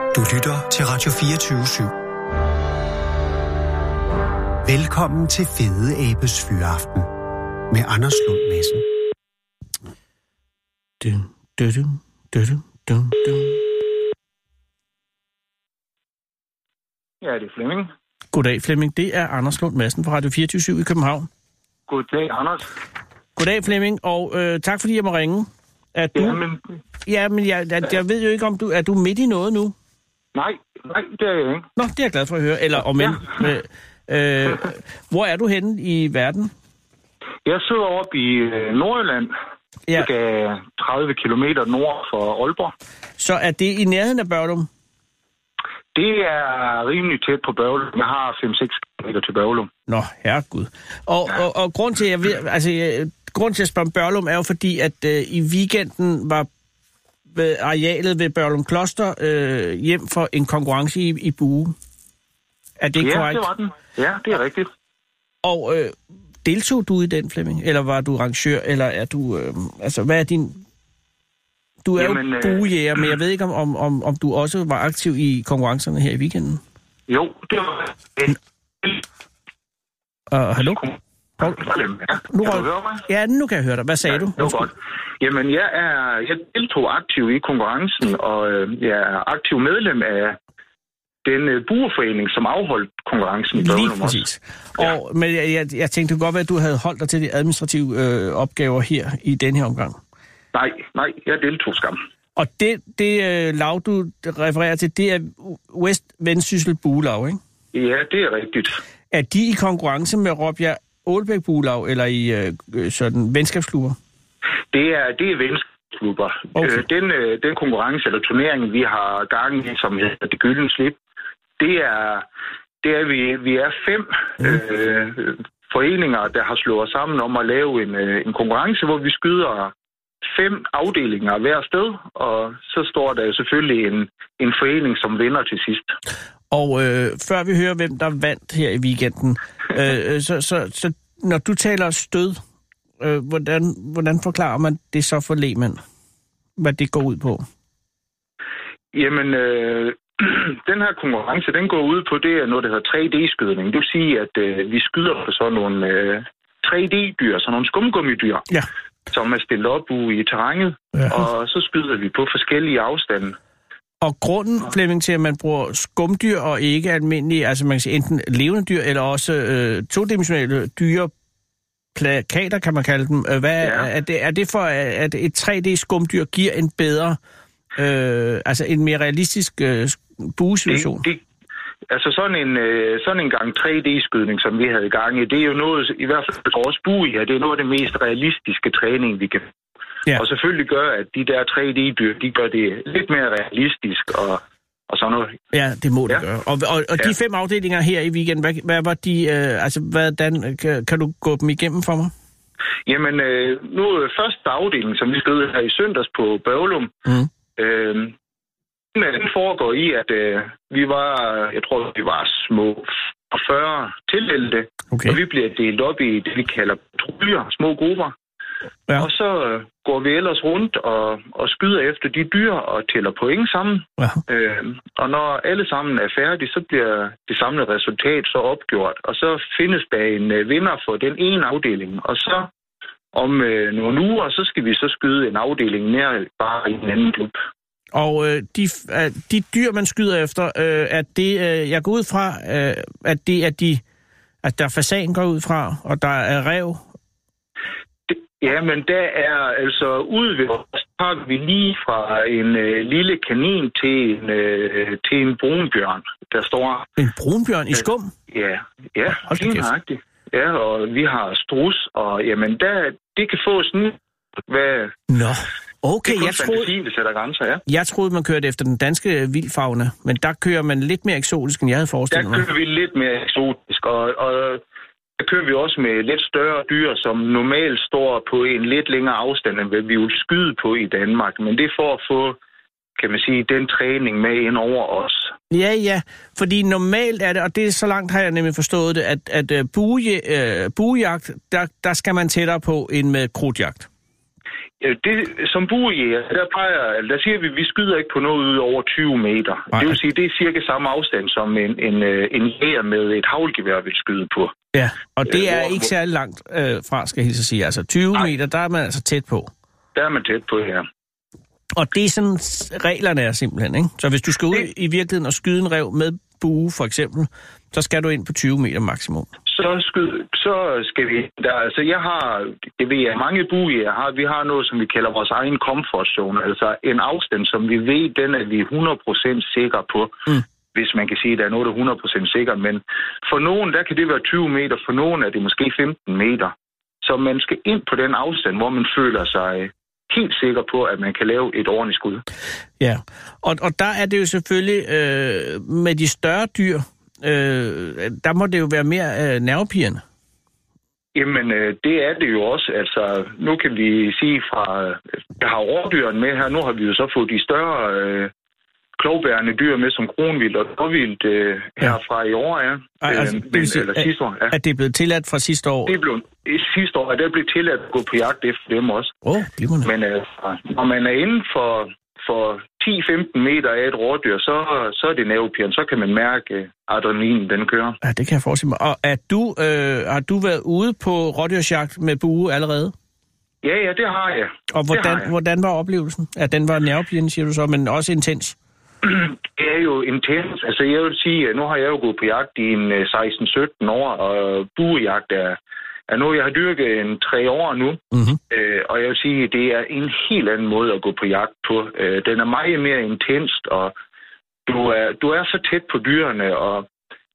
Du lytter til Radio 24/7. Velkommen til Fede Abes Fyraften med Anders Lund Madsen. Ja, det er Flemming. Goddag, Flemming. Det er Anders Lund Madsen fra Radio 24/7 i København. Goddag, Anders. Goddag, Flemming, og tak fordi jeg må ringe. Jeg ved jo ikke, om du er midt i noget nu? Nej, det er jeg ikke. Nå, det er jeg glad for at høre. Eller om hvor er du henne i verden? Jeg sidder oppe i Nordjylland. Ja. Det er 30 kilometer nord for Aalborg. Så er det i nærheden af Børglum? Det er rimelig tæt på Børglum. Jeg har 5-6 kilometer til Børglum. Nå, herregud. Og grund til, grund til at spørge om Børglum er jo fordi, at i weekenden var arealet ved Børglum Kloster hjem for en konkurrence i bue. Er det korrekt? Ja, det var den. Ja, det er rigtigt. Og deltog du i den, Flemming? Eller var du arrangør? Eller er du... hvad er din... Du er jo buejæger, men jeg ved ikke, om du også var aktiv i konkurrencerne her i weekenden? Jo, det var... Hallo? Kan du høre mig? Ja, nu kan jeg høre dig. Hvad sagde du? Det var godt. Jamen, jeg deltog aktiv i konkurrencen, og jeg er aktiv medlem af den bueforening, som afholdt konkurrencen i Børglum. Lige præcis. Men jeg tænkte godt, at du havde holdt dig til de administrative opgaver her i denne her omgang. Nej, jeg deltog skam. Og det lav, du refererer til, det er West Vendsyssel Buelaug, ikke? Ja, det er rigtigt. Er de i konkurrence med Råbjerg Ålbæk Buelaug, eller i sådan venskabsklubber? Det er venskabsklubber. Okay. Den konkurrence eller turnering, vi har gang i, som hedder Det Gyldne Slip, det er vi er 5 foreninger, der har slået os sammen om at lave en konkurrence, hvor vi skyder 5 afdelinger hver sted, og så står der jo selvfølgelig en forening, som vinder til sidst. Og før vi hører, hvem der vandt her i weekenden, så når du taler stød, hvordan forklarer man det så for lægmand? Hvad det går ud på? Jamen, den her konkurrence, den går ud på det, noget der hedder 3D-skydning. Det vil sige, at vi skyder på sådan nogle 3D-dyr, sådan nogle skumgummidyr. Ja. Som er stillet op ude i terrænet, og så skyder vi på forskellige afstande. Og grunden, Flemming, til at man bruger skumdyr og ikke almindelige, altså man kan sige enten levende dyr, eller også todimensionelle dyre, plakater kan man kalde dem. Er det for, at et 3D-skumdyr giver en bedre, en mere realistisk buesituation? Altså sådan en gang 3D-skydning, som vi havde i gang i, det er jo noget, i hvert fald for os buejæger, det er noget af det mest realistiske træning, vi kan. Ja. Og selvfølgelig gør, at de der 3D-dyr, de gør det lidt mere realistisk og sådan noget. Ja, det må det gøre. Og de 5 afdelinger her i weekenden, hvad var de, kan du gå dem igennem for mig? Jamen, nu første afdeling, som vi skød her i søndags på Børglum, den foregår i, at jeg tror, vi var små 40 tilmeldte, og vi bliver delt op i det, vi kalder patruljer, små grupper. Ja. Og så går vi ellers rundt og skyder efter de dyr og tæller point sammen. Ja. Og når alle sammen er færdige, så bliver det samlede resultat så opgjort. Og så findes der en vinder for den ene afdeling. Og så om nogle uger, så skal vi så skyde en afdeling mere bare i en anden klub. Og de dyr, man skyder efter, er det, jeg går ud fra, at det er at der fasan går ud fra, og der er ræv? Ja, men der er altså ude ved os, har vi lige fra en lille kanin til en brunbjørn, der står... En brunbjørn i skum? Ja, helt nøjagtigt. Ja, og vi har strus, og jamen, det kan få sådan... Nå, okay, det er fantasien, det sætter grænser, ja. Jeg troede, man kørte efter den danske vildfauna, men der kører man lidt mere eksotisk, end jeg havde forestillet mig. Der kører vi lidt mere eksotisk, og der kører vi også med lidt større dyr, som normalt står på en lidt længere afstand, end hvad vi vil skyde på i Danmark. Men det er for at få, kan man sige, den træning med ind over os. Ja, fordi normalt er det, og det er så langt har jeg nemlig forstået det, at buejagt, der skal man tættere på end med krudtjagt. Som buejæger, der siger vi skyder ikke på noget ud over 20 meter. Nej. Det vil sige, det er cirka samme afstand, som en jæger med et haglgevær vil skyde på. Ja, og det er ikke særlig langt fra, skal jeg hilse at sige. Altså 20 meter, der er man altså tæt på. Der er man tæt på, ja. Og det er sådan, reglerne er simpelthen, ikke? Så hvis du skal ud i virkeligheden og skyde en ræv med bue, for eksempel, så skal du ind på 20 meter maksimum. Så skal vi der. Altså, mange buejæger vi har noget, som vi kalder vores egen comfort zone. Altså en afstand, som vi ved, den er vi 100% sikre på. Hvis man kan sige, at der er noget, der er 100% sikkert. Men for nogen, der kan det være 20 meter. For nogen er det måske 15 meter. Så man skal ind på den afstand, hvor man føler sig helt sikker på, at man kan lave et ordentligt skud. Ja, og der er det jo selvfølgelig med de større dyr, der må det jo være mere nervepirrende. Jamen, det er det jo også. Altså, nu kan vi sige fra... Jeg har rådyren med her. Nu har vi jo så fået de større klovbærende dyr med som kronvildt og dårvildt herfra i år, ja. Eller sidste år, ja. Er det blevet tilladt fra sidste år? Det er blevet sidste år, og det blev tilladt at gå på jagt efter dem også. Men når man er inden for 10-15 meter af et rådyr, så er det nervepirrende. Så kan man mærke, adrenalinen, den kører. Ja, det kan jeg forestille mig. Og har du været ude på rådyrsjagt med bue allerede? Ja, det har jeg. Og hvordan var oplevelsen? At den var nervepirrende, siger du så, men også intens? Det er jo intens. Altså, jeg vil sige, at nu har jeg jo gået på jagt i 16-17 år, og buejagt er noget, jeg har dyrket 3 år nu. Mm-hmm. Og jeg vil sige, at det er en helt anden måde at gå på jagt på. Den er meget mere intens, og du er så tæt på dyrene, og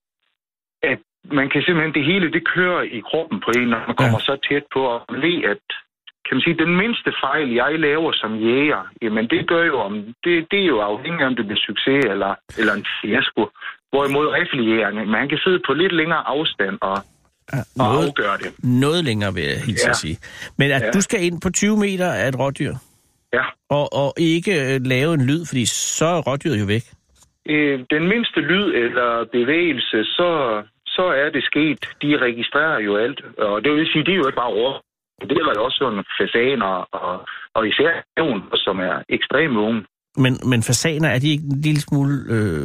at man kan simpelthen, det hele, det kører i kroppen på en, når man kommer så tæt på, og man ved, at kan man sige, den mindste fejl, jeg laver som jæger, jamen det gør jo, det er jo afhængigt af, om det bliver succes eller en fiasko. Hvorimod riffeljægerne, man kan sidde på lidt længere afstand og afgøre det. Noget længere, vil jeg hilse at sige. Men at du skal ind på 20 meter af et rådyr, og ikke lave en lyd, fordi så er rådyret jo væk. Den mindste lyd eller bevægelse, så er det sket. De registrerer jo alt, og det vil sige, det er jo ikke bare råd. Det er jo også sådan fasaner, og især ævn, som er ekstremt unge. Men fasaner, er de ikke en lille smule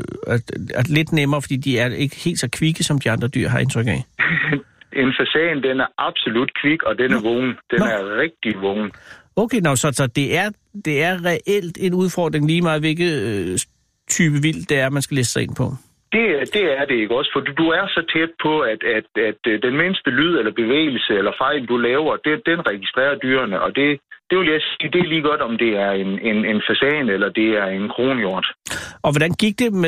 lidt nemmere, fordi de er ikke helt så kvikke, som de andre dyr har indtryk af? En fasan, den er absolut kvik, og den er vågen. Den er rigtig vågen. Okay, så det er reelt en udfordring lige meget, hvilket type vild det er, man skal læse sig ind på? Det er det ikke også, for du er så tæt på, at den mindste lyd eller bevægelse eller fejl, du laver, den registrerer dyrene, og det vil jeg sige, det er lige godt, om det er en fasan eller det er en kronhjort. Og hvordan gik det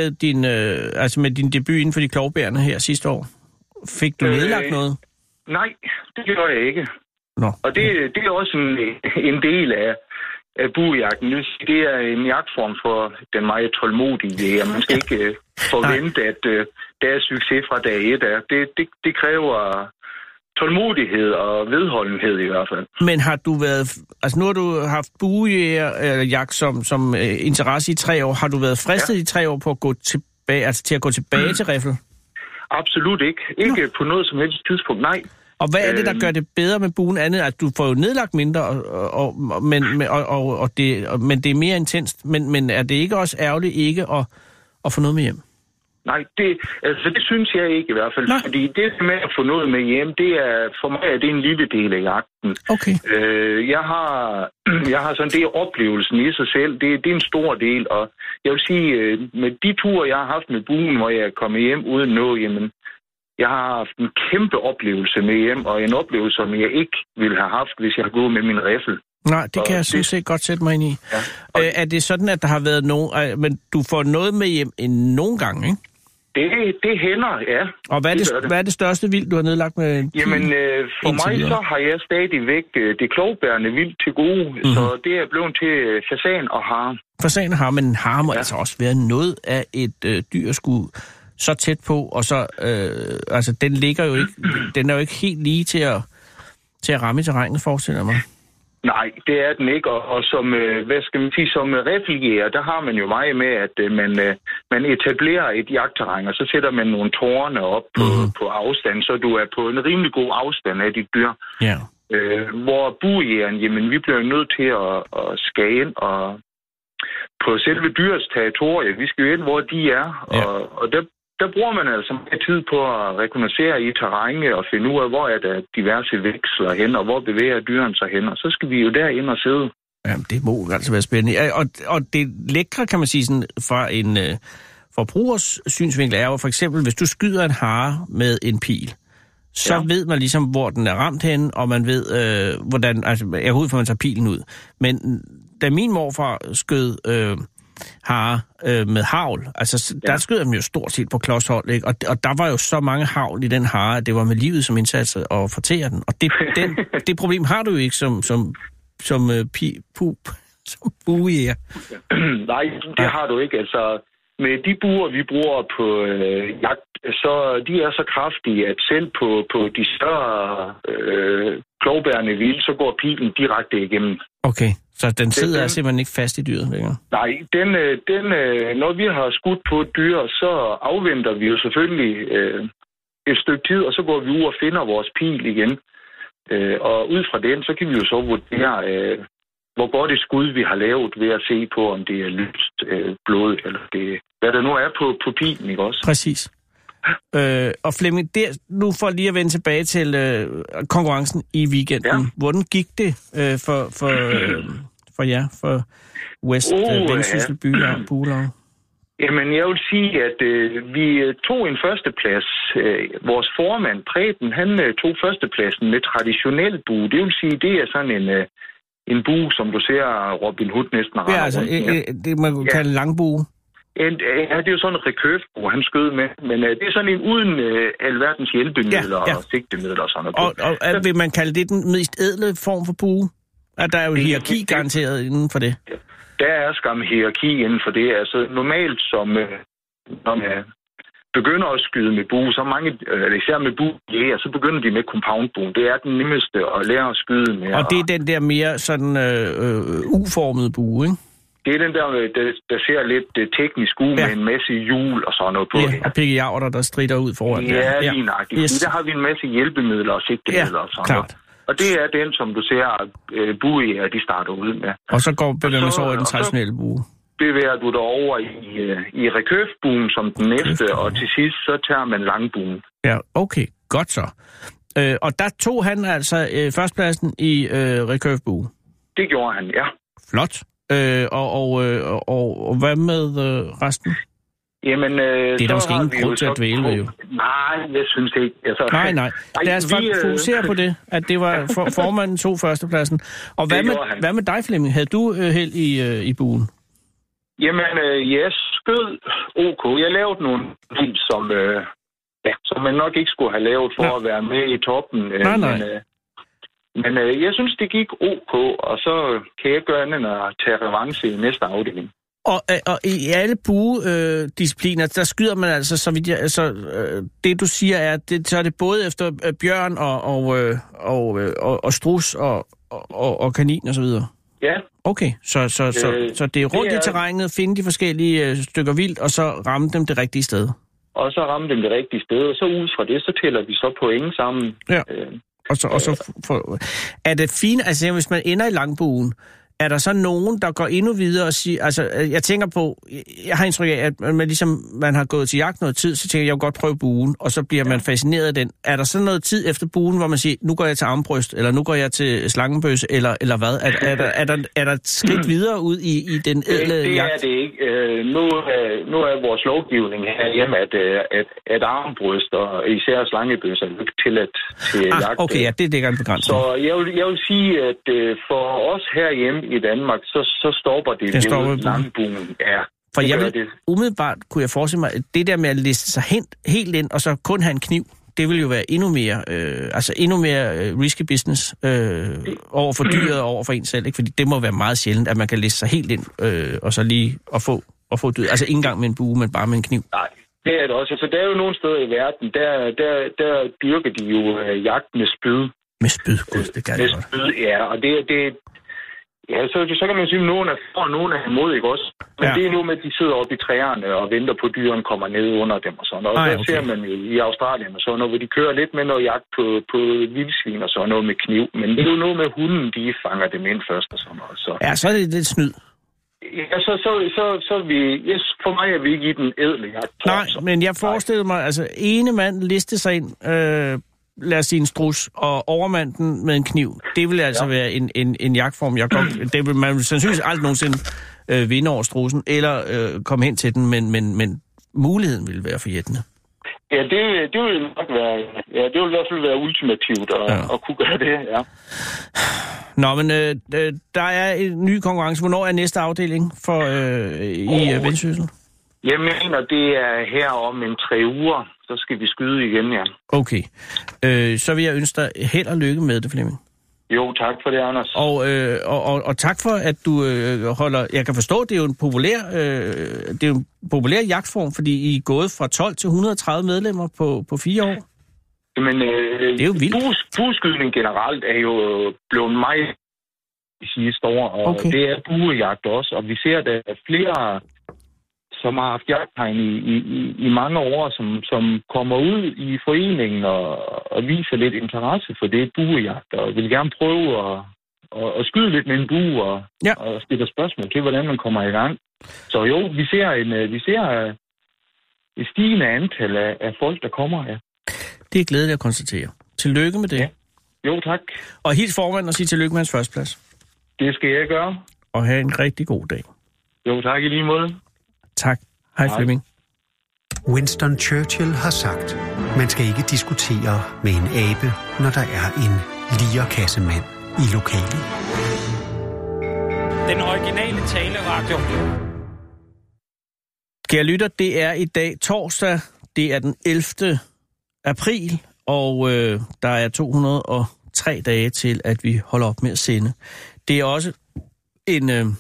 med din debut inden for de klovbærende her sidste år? Fik du nedlagt noget? Nej, det gjorde jeg ikke. Nå. Og det er også en del af buejagten. Det er en jagtform for den meget tålmodige jæger. Man skal ikke forvente, at der er succes fra dag 1. Det kræver tålmodighed og vedholdenhed i hvert fald. Men har du været... Altså nu har du haft buejæger eller jagt som interesse i 3 år. Har du været fristet i 3 år på at gå tilbage, altså til at gå tilbage til riffel? Absolut ikke. Ikke på noget som helst tidspunkt, nej. Og hvad er det, der gør det bedre med buen andet? At du får jo nedlagt mindre, men det er mere intenst. Men er det ikke også ærgerligt ikke at få noget med hjem? Nej, det synes jeg ikke i hvert fald. Nej. Fordi det med at få noget med hjem, for mig er det en lille del af jagten. Okay. Jeg har sådan, det er oplevelsen i sig selv. Det er en stor del, og jeg vil sige, med de ture, jeg har haft med buen, hvor jeg er kommet hjem uden noget, jamen, jeg har haft en kæmpe oplevelse med hjem, og en oplevelse, som jeg ikke ville have haft, hvis jeg havde gået med min riffel. Nej, det kan jeg synes ikke godt sætte mig ind i. Ja. Er det sådan, at der har været nogen... Men du får noget med hjem nogle gange, ikke? Det hænder, ja. Og hvad er det største vildt, du har nedlagt med? Jamen, for mig så har jeg stadigvæk det klovbærende vildt til gode, så det er blevet til fasan og harm. Fasan og harm, men harm må altså også være noget af et dyrskud så tæt på, og så, altså den ligger jo ikke, den er jo ikke helt lige til at ramme i terrænet, forestiller mig. Nej, det er den ikke, og som, hvad skal man sige, som riffeljæger, der har man jo meget med, at man etablerer et jagtterræn, og så sætter man nogle tårne op på afstand, så du er på en rimelig god afstand af dit dyr. Ja. hvor buejægeren, jamen vi bliver nødt til at skære ind og på selve dyrets territorie. Vi skal jo ind, hvor de er, og der bruger man altså meget tid på at rekognoscere i terrænet og finde ud af, hvor er der diverse veksler hen, og hvor bevæger dyrene sig hen, og så skal vi jo derind og sidde. Jamen, det må altså være spændende. Og det lækre, kan man sige, sådan, fra en forbrugers synsvinkel er jo for eksempel, hvis du skyder en hare med en pil, så ved man ligesom, hvor den er ramt henne, og man ved, hvordan, altså jeg går ud for, man tager pilen ud. Men da min morfar skød hare med hagl, altså der skød dem jo stort set på klodshold, ikke? Og der var jo så mange hagl i den hare, at det var med livet som indsats at fortære den. Og det problem har du jo ikke som buejæger. Nej, det har du ikke. Altså, med de buer, vi bruger på jagt, så de er så kraftige, at selv på de større klovbærende vilde, så går pilen direkte igennem. Okay, så den sidder simpelthen ikke fast i dyret længere? Nej, når vi har skudt på et dyr, så afventer vi jo selvfølgelig et stykke tid, og så går vi ud og finder vores pil igen. Og ud fra den, så kan vi jo så vurdere, hvor godt et skud vi har lavet ved at se på, om det er lyst blod, eller hvad der nu er på pilen, ikke også? Præcis. Og Flemming, nu for lige at vende tilbage til konkurrencen i weekenden. Ja. Hvordan gik det for jer, for West Vendsyssel by og Buelau? Jamen, jeg vil sige, at vi tog en førsteplads. Vores formand, Preben, han tog førstepladsen med traditionel bue. Det vil sige, det er sådan en bue, som du ser Robin Hood næsten rammer. Ja, altså det man kan kalde langbue. Ja, det er jo sådan en recurve, han skød med, men det er sådan en uden alverdens hjælpemidler og sigtemidler og sådan noget. Og vil man kalde det den mest ædle form for bue? At der er jo hierarki garanteret inden for det? Der er skam hierarki inden for det. Altså normalt, når man begynder at skyde med bue, så mange, især med bue, så begynder de med compound-bue. Det er den nemmeste at lære at skyde med. Og det er den der mere sådan U-formede bue, ikke? Det er den der ser lidt teknisk ud med en masse hjul og sådan noget på. Ja, og pikkejavler, der strider ud foran. Ja, lige nøjagtigt. Yes. Der har vi en masse hjælpemidler og sigtemidler og sådan noget. Og det er den, som du ser, buejæger, de starter ud med. Og så bevæger man så over i den traditionelle bue. Bevæger du dig over i recurve-buen som den næste, og til sidst så tager man langbuen. Ja, okay. Godt så. Og der tog han altså førstpladsen i recurve-bue. Det gjorde han, ja. Flot. Og hvad med resten? Jamen, det er der måske ingen grund til at dvæle ved, jo. Nej, jeg synes ikke. Altså, nej. Lad os fokusere på det, at det var formanden tog førstepladsen. Og hvad med dig, Flemming? Havde du held i buen? Jamen, jeg skød OK. Jeg lavede nogle film, som man nok ikke skulle have lavet for at være med i toppen. Nej. Men jeg synes, det gik OK, og så kan jeg gøre andet at tage revanche i næste afdeling. Og i alle buediscipliner, der skyder man altså, så vidt det du siger er, så er det både efter bjørn og strus og kanin og så videre? Ja. Okay, så det er rundt i terrænet, finde de forskellige stykker vildt, og så ramme dem det rigtige sted? Og så ramme dem det rigtige sted, og så ud fra det, så tæller vi så point sammen. Ja. Og så er det fint, altså hvis man ender i langbuen, er der så nogen, der går endnu videre og siger, altså jeg tænker på, jeg har indtryk af, at man har gået til jagt noget tid, så tænker jeg vil godt prøve buen, og så bliver man fascineret af den. Er der så noget tid efter buen, hvor man siger, nu går jeg til armbryst, eller nu går jeg til slangebøsse, eller hvad? Er der et skridt videre ud i den ædle jagt? Det er det ikke. Nu er vores lovgivning herhjemme, at armbryst og især slangebøsse er ikke tilladt til jagt. Okay, ja, det er en begrænsning. Så jeg vil sige, at for os herhjemme i Danmark, så stopper det ved langbuen. Ja, for umiddelbart kunne jeg forestille mig, at det der med at liste sig helt ind, og så kun have en kniv, det vil jo være endnu mere risky business over for dyret og over for en selv, ikke? Fordi det må være meget sjældent, at man kan liste sig helt ind, og så lige at få dyret. Altså ikke engang med en bue, men bare med en kniv. Nej, det er det også. Altså, der er jo nogle steder i verden, der dyrker de jo jagt med spyd. Med spyd, gud, det kan jeg godt. Med spyd, ja, og det Ja, så kan man sige, at nogen er for, og nogen er imod, ikke også? Men det er nu med, at de sidder oppe i træerne og venter på, at dyrene kommer ned under dem og sådan noget. Og så ser man jo i Australien og sådan noget, hvor de kører lidt med noget jagt på vildsvin og sådan noget med kniv. Men det er jo noget med hunden, de fanger dem ind først og sådan noget. Så. Ja, så er det lidt snyd. Ja, så er vi... Yes, for mig er vi ikke i den ædle jagt. Nej, men jeg forestiller mig, altså ene mand liste sig ind... lad os sige en strus, og overmanden med en kniv, det vil altså være en jagtform, det vil man sandsynligvis aldrig nogensinde vinde over strussen, eller komme hen til den, men muligheden vil være forjættende. Ja, det vil nok være, det vil i hvert fald være ultimativt at kunne gøre det, ja. Nå, men der er en ny konkurrence. Hvornår er næste afdeling i Vendsyssel? Jeg mener, det er her om 3 uger. Så skal vi skyde igen, ja. Okay. Så vil jeg ønske dig held og lykke med det, Flemming. Jo, tak for det, Anders. Og tak for, at du holder... Jeg kan forstå, det er jo en populær jagtform, fordi I er gået fra 12 til 130 medlemmer på 4 år. Men det er jo vildt. Bueskydning generelt er jo blevet meget i sidste år, og det er buejagt også. Og vi ser, at der er flere... som har haft jagttegn i mange år, som kommer ud i foreningen og viser lidt interesse for det buejagt, og vil gerne prøve at skyde lidt med en bue og stille spørgsmål til, hvordan man kommer i gang. Så jo, vi ser et stigende antal af folk, der kommer her. Det er glædeligt at konstatere. Tillykke med det. Ja. Jo, tak. Og hils formanden og sige tillykke med hans førsteplads. Det skal jeg gøre. Og have en rigtig god dag. Jo, tak i lige måde. Tak. Hej Flemming. Winston Churchill har sagt, man skal ikke diskutere med en abe, når der er en lierkassemand i lokalet. Den originale taleradio. Kære lytter, det er i dag torsdag. Det er den 11. april, og der er 203 dage til, at vi holder op med at sende. Det er også en...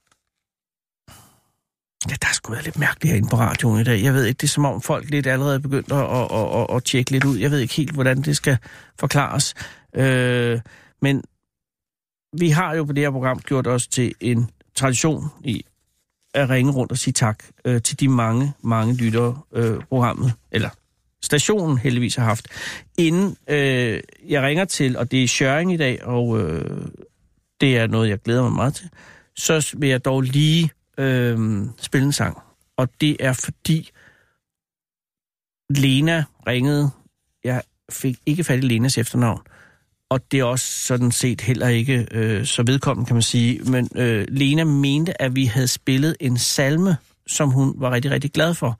Ja, der er sgu været lidt mærkeligt herinde på radioen i dag. Jeg ved ikke, det er som om folk lidt allerede er begyndt at tjekke lidt ud. Jeg ved ikke helt, hvordan det skal forklares. Men vi har jo på det her program gjort os til en tradition i at ringe rundt og sige tak til de mange lyttere programmet, eller stationen heldigvis har haft. Inden jeg ringer til, og det er Schøring i dag, og det er noget, jeg glæder mig meget til, så vil jeg dog lige spille en sang. Og det er fordi Lena ringede. Jeg fik ikke fat i Lenas efternavn. Og det er også sådan set heller ikke så vedkommende, kan man sige. Men Lena mente, at vi havde spillet en salme, som hun var rigtig, rigtig glad for.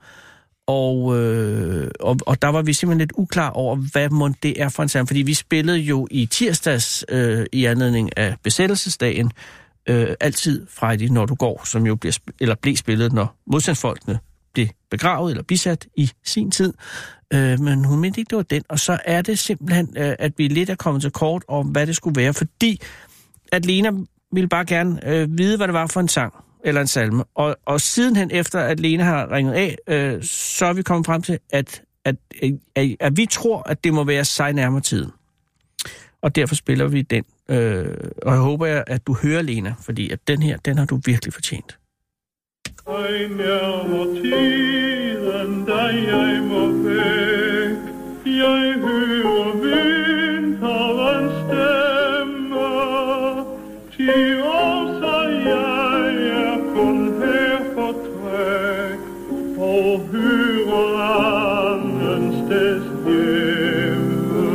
Og der var vi simpelthen lidt uklar over, hvad mon det er for en salme. Fordi vi spillede jo i tirsdags i anledning af besættelsesdagen altid Friday, når du går, som jo blev spillet, når modstandsfolkene blev begravet eller bisat i sin tid. Men hun mente ikke, det var den. Og så er det simpelthen, at vi lidt er kommet til kort om, hvad det skulle være, fordi at Lena ville bare gerne vide, hvad det var for en sang eller en salme. Og sidenhen efter, at Lena har ringet af, så er vi kommet frem til, at vi tror, at det må være sig nærmere tiden. Og derfor spiller vi den. Og jeg håber, at du hører, Lena, fordi at den her, den har du virkelig fortjent. Ej nærmere tiden, da jeg må væk. Jeg hører vinterens stemme. 10 år, så jeg er kun her for træk. Og hører anden sted hjemme.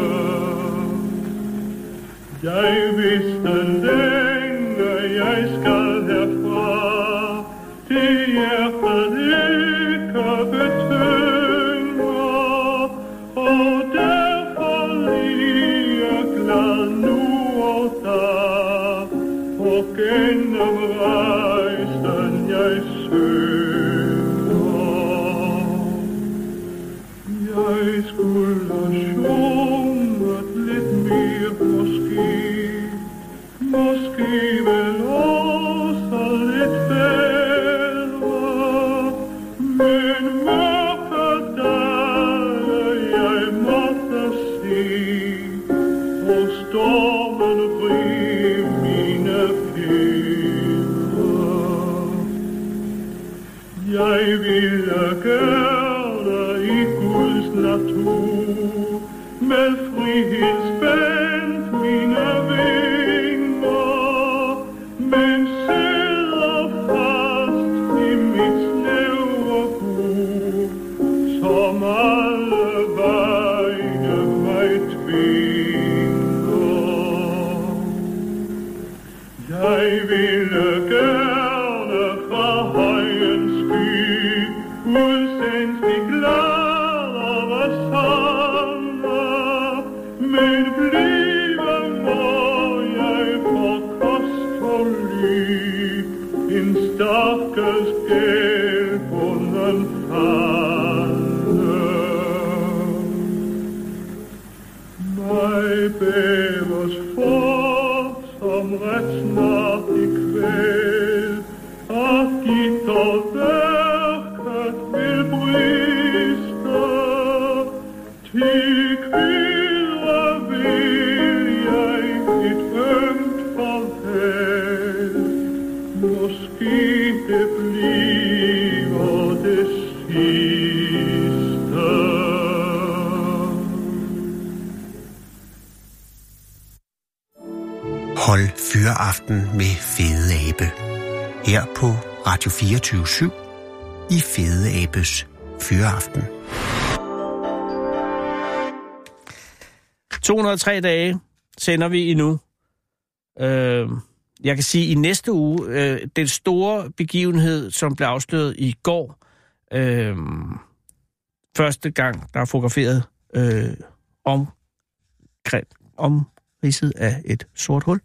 Jeg vidste længe, jeg skal herfra. Det hjertet ikke betynger, og derfor lige glad nu og da, og gennem rejsen jeg søger. Jeg ville gøre i Guds natur, med frihed spændt mine vinger, men sidder fast i mit snævre bur, som alle vegne mig tvinger. Jeg ville gerne fra højens sky, udsendstig glad over sander, men blive må jeg for kost og ly, en stakkels gældbunden fande. Mig bævers for, som ret snart i kvæl, og gitterværket vil briste, til kvidre vil jeg et ømt farvel, måske det bliver det sidste. Hold Fyraften med Fede Abe. Her på Radio 24/7 i Fede Abes Fyraften. 203 dage sender vi endnu. Jeg kan sige, i næste uge, den store begivenhed, som blev afsløret i går, første gang, der er fotograferet omridset af et sort hul,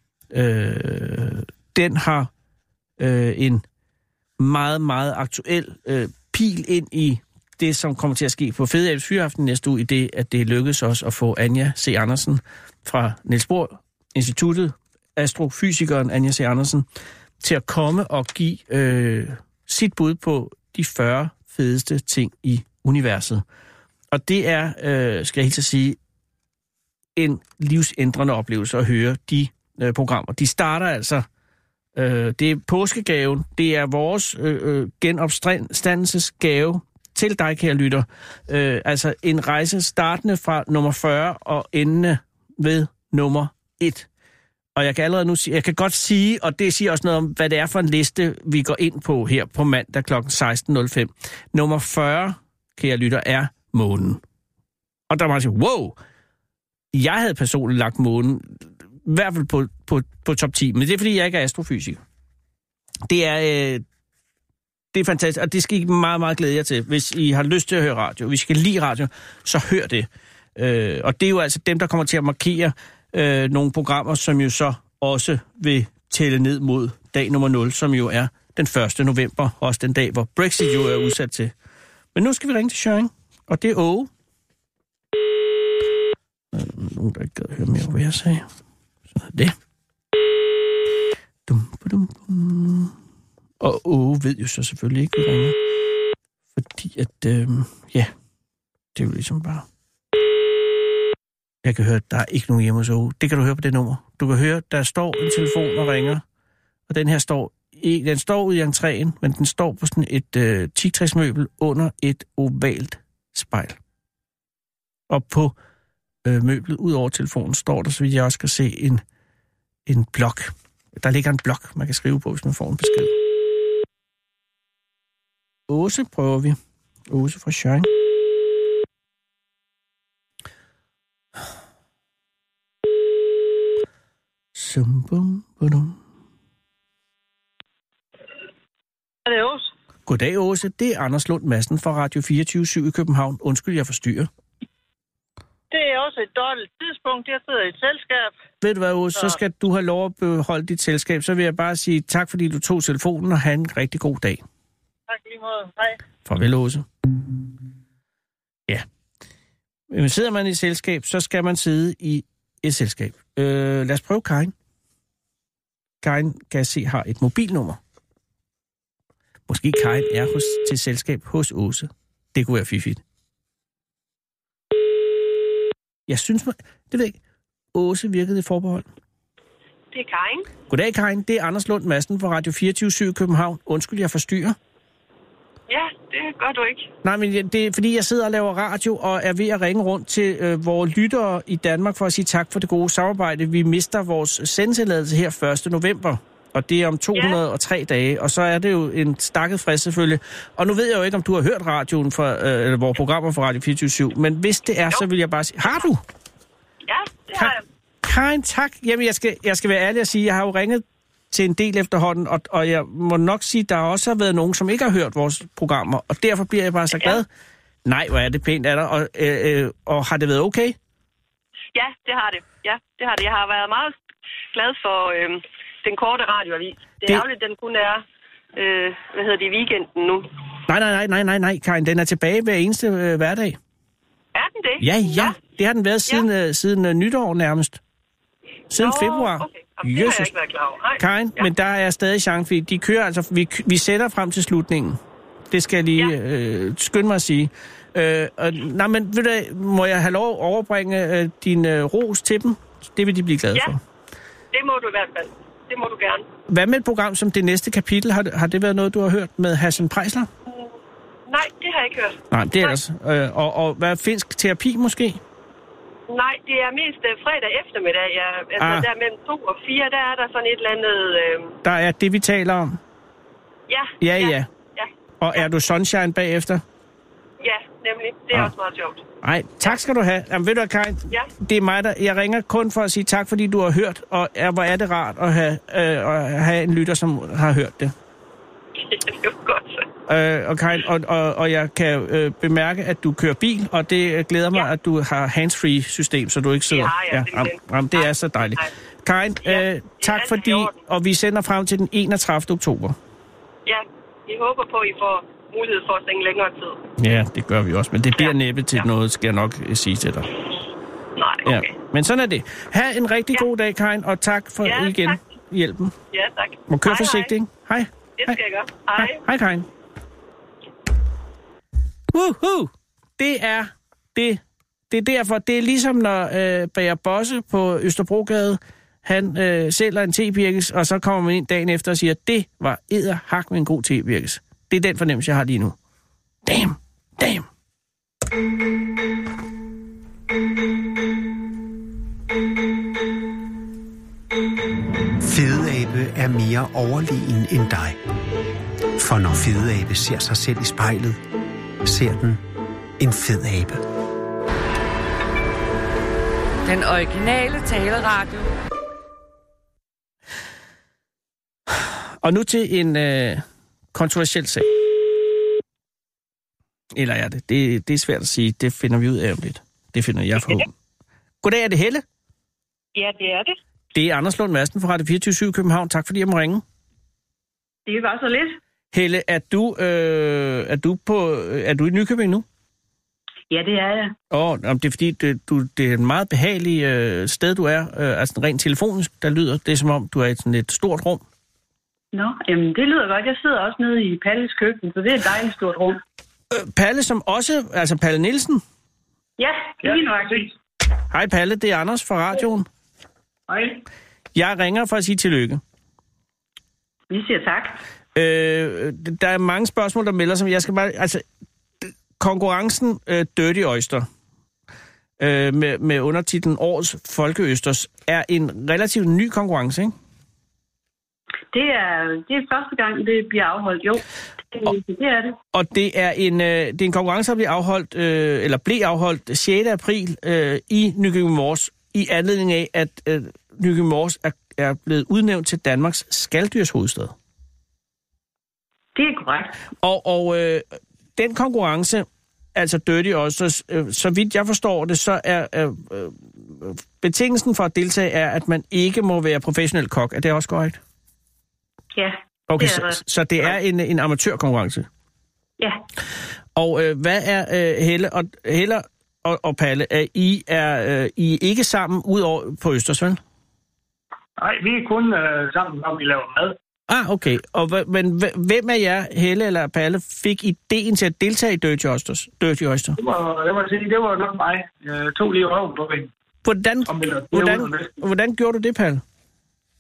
den har en meget, meget aktuel pil ind i det, som kommer til at ske på Fede Abes Fyraften næste uge, i det, at det lykkedes os at få Anja C. Andersen fra Niels Bohr Instituttet, astrofysikeren Anja C. Andersen, til at komme og give sit bud på de 40 fedeste ting i universet. Og det er, skal jeg helt sige, en livsændrende oplevelse at høre de programmer. De starter altså, det er påskegaven, det er vores genopstandelsesgave til dig, kære lytter. Altså en rejse startende fra nummer 40 og endende ved nummer 1. Og jeg kan allerede nu sige, jeg kan godt sige, og det siger også noget om, hvad det er for en liste, vi går ind på her på mandag kl. 16.05. Nummer 40, kære lytter, er månen. Og der må man sige, wow! Jeg havde personligt lagt månen, i hvert fald på top 10, men det er fordi, jeg ikke er astrofysiker. Det er fantastisk, og det skal I meget, meget glæde jer til. Hvis I har lyst til at høre radio, hvis I skal lide radio, så hør det. Og det er jo altså dem, der kommer til at markere nogle programmer, som jo så også vil tælle ned mod dag nummer 0, som jo er den 1. november, også den dag, hvor Brexit jo er udsat til. Men nu skal vi ringe til Sjøring, og det er Åge. Nogen, der ikke gad høre mere, hvad jeg sagde. Sådan er det. Og Åge ved jo så selvfølgelig ikke, vi ringer. Fordi at, ja, det er jo ligesom bare... Jeg kan høre, at der er ikke nogen hjemme hos Åge. Det kan du høre på det nummer. Du kan høre, der står en telefon og ringer. Og den her står ude i entréen, men den står på sådan et teaktræsmøbel under et ovalt spejl. Og på møblet ud over telefonen står der, så vidt jeg også kan se, en blok. Der ligger en blok, man kan skrive på, hvis man får en besked. Åse prøver vi. Åse fra Sjøring. Er det Åse? Goddag, Åse. Det er Anders Lund Madsen fra Radio 24/7 i København. Undskyld, jeg forstyrrer. Det er også et dårligt tidspunkt. Jeg sidder i et selskab. Ved du hvad, Åse, så skal du have lov at beholde dit selskab. Så vil jeg bare sige tak, fordi du tog telefonen, og have en rigtig god dag. Tak lige måde. Hej. Farvel, Åse. Ja. Men sidder man i et selskab, så skal man sidde i et selskab. Lad os prøve Karin. Karin, kan jeg se, har et mobilnummer. Måske Karin er til selskab hos Åse. Det kunne være fiffigt. Jeg synes, det ved jeg ikke. Åse virkede i forbehold. Det er Karin. Goddag, Karin. Det er Anders Lund Madsen fra Radio 24/7 i København. Undskyld, jeg forstyrrer. Ja, det gør du ikke. Nej, men det er fordi, jeg sidder og laver radio og er ved at ringe rundt til vores lyttere i Danmark for at sige tak for det gode samarbejde. Vi mister vores sendetilladelse her 1. november, og det er om 203 dage, og så er det jo en stakket frist selvfølgelig. Og nu ved jeg jo ikke, om du har hørt radioen eller vores programmer fra Radio 24/7, men hvis det er, så vil jeg bare sige... Har du? Ja, det har jeg. Karin, tak. Jamen, jeg skal være ærlig og sige, jeg har jo ringet til en del efterhånden, og jeg må nok sige, at der også har været nogen, som ikke har hørt vores programmer, og derfor bliver jeg bare så glad. Nej, hvor er det pænt af dig, og har det været okay? Ja, det har det. Ja, det har det. Jeg har været meget glad for den korte radioavis. Det er ærgerligt, den kun er, i weekenden nu. Nej, Karin, den er tilbage hver eneste hverdag. Er den det? Ja. Det har den været siden nytår nærmest. Siden februar. Okay. Jamen, det har jeg ikke været klar over. Karin, men der er stadig chance, fordi de kører altså... Vi sætter frem til slutningen. Det skal jeg lige skynde mig at sige. Men ved du, må jeg have lov at overbringe din ros til dem? Det vil de blive glade for. Det må du i hvert fald. Det må du gerne. Hvad med et program som Det Næste Kapitel? Har det været noget, du har hørt med Hassan Preisler? Nej, det har jeg ikke hørt. Nej, det er ellers. Og hvad finsk terapi måske? Nej, det er mest fredag eftermiddag. Der mellem 2 og 4, der er der sådan et eller andet... Der er det, vi taler om? Ja. Og er du sunshine bagefter? Ja, nemlig. Det er også meget sjovt. Nej, tak skal du have. Jamen, ved du, Karin, det er mig, jeg ringer kun for at sige tak, fordi du har hørt, og hvor er det rart at have en lytter, som har hørt det. Det er jo godt så. Og Karin, og jeg kan bemærke, at du kører bil, og det glæder mig, at du har hands-free system, så du ikke sidder... Det er så dejligt. Karin, tak fordi... Og vi sender frem til den 31. oktober. Ja, vi håber på, at I får mulighed for at sænge længere tid. Ja, det gør vi også, men det bliver næppe til noget, skal jeg nok sige til dig. Nej, okay. Ja, men sådan er det. Ha' en rigtig god dag, Karin, og tak for igen hjælpen. Ja, tak. Må køre forsigtigt. Hej. Det skal jeg gøre. Hej. Hej, Karin. Woohoo! Det er derfor. Det er ligesom, når Bager Bosse på Østerbrogade, han sælger en tebirkes, og så kommer man ind dagen efter og siger, det var edderhak med en god tebirkes. Det er den fornemmelse, jeg har lige nu. Damn. Fedeabe er mere overlegen end dig. For når fedeabe ser sig selv i spejlet, ser den en fed abe. Den originale taleradio. Og nu til en kontroversiel sag. Eller er det? Det er svært at sige. Det finder vi ud af om lidt. Det finder jeg forhåbentlig. Goddag, er det Helle? Ja, det er det. Det er Anders Lund Madsen fra Radio 24/7 København. Tak fordi jeg må ringe. Det var så lidt. Helle, er du i Nykøbing nu? Ja, det er jeg. Det er fordi, det er et meget behageligt sted, du er. Altså rent telefonisk, der lyder det, som om du er i sådan et stort rum. Nå, jamen det lyder godt. Jeg sidder også nede i Palles køkken, så det er et dejligt stort rum. Palle som også, altså Palle Nielsen? Ja, lige nøjagtigt. Hej Palle, det er Anders fra radioen. Hej. Jeg ringer for at sige tillykke. Vi siger tak. Der er mange spørgsmål, der melder sig. Jeg skal bare, altså, konkurrencen Dirty Oyster med undertitlen Årets Folkeøsters er en relativt ny konkurrence, ikke? Det er første gang, det bliver afholdt, jo. Det er det. Og det er en konkurrence, der bliver afholdt, eller blev afholdt 6. april i Nykøbing Mors, i anledning af, at Nykøbing Mors er blevet udnævnt til Danmarks skaldyrshovedstad. Det er korrekt. Og den konkurrence, altså Dirty Oysters, så vidt jeg forstår det, så er betingelsen for at deltage er, at man ikke må være professionel kok. Er det også korrekt? Ja. Okay, så det er en amatørkonkurrence? Ja. Og hvad er Helle og Palle? I er ikke sammen udover på Østers, vel? Nej, vi er kun sammen, når vi laver mad. Okay. Men hvem af jer, Helle eller Palle, fik ideen til at deltage i Dirty Oyster? Det var nok mig. Jeg tog lige røven på en. Hvordan gjorde du det, Palle?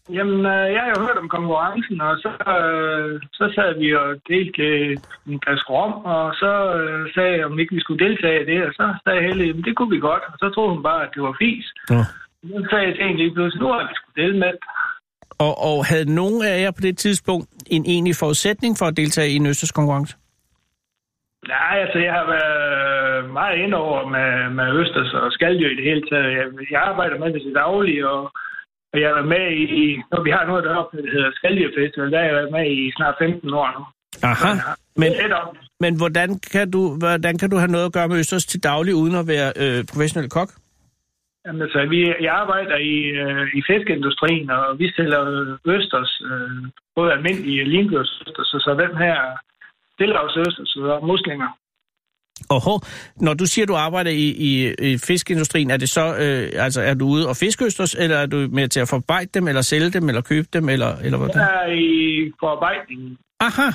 Jamen, jeg har jo hørt om konkurrencen, og så sad vi og delte en glas rom, og så sagde jeg, om ikke vi skulle deltage i det, og så sagde Helle, jamen det kunne vi godt, og så troede hun bare, at det var fis. Ja. Så sagde jeg egentlig pludselig, nu har vi skulle dele med. Og havde nogen af jer på det tidspunkt en egentlig forudsætning for at deltage i en østers konkurrence? Nej, altså jeg har været meget ind over med østers og skalddyr i det hele taget. Jeg arbejder med det til daglig, og jeg har været med i, når vi har noget deroppe, der hedder Skaldyrfestival, der har jeg været med i snart 15 år nu. Aha, men hvordan kan du have noget at gøre med østers til daglig, uden at være professionel kok? Jamen altså, jeg arbejder i fiskeindustrien, og vi sælger østers, både almindelige limfjordsøsters, så den her stillehavsøsters og muslinger. Når du siger, at du arbejder i fiskeindustrien, er det så, altså er du ude og fiske østers, eller er du med til at forarbejde dem, eller sælge dem, eller købe dem, eller hvordan? Jeg er i forarbejdningen. Aha.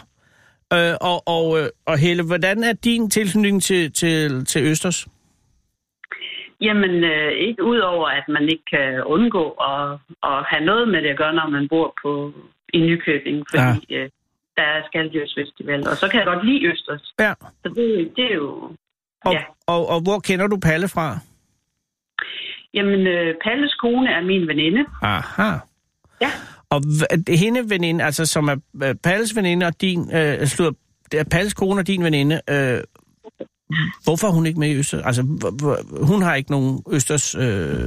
Og Helle, hvordan er din tilknytning til østers? Jamen, ikke udover, at man ikke kan undgå at have noget med det at gøre, når man bor i Nykøbing, fordi der er Skalddyrsfestival, og så kan jeg godt lide østers. Ja. Så det er jo... Og hvor kender du Palle fra? Jamen, Palles kone er min veninde. Aha. Ja. Og hende veninde, altså som er Palles veninde og din... det er Palles kone og din veninde... hvorfor er hun ikke med i østers? Altså, hun har ikke nogen østers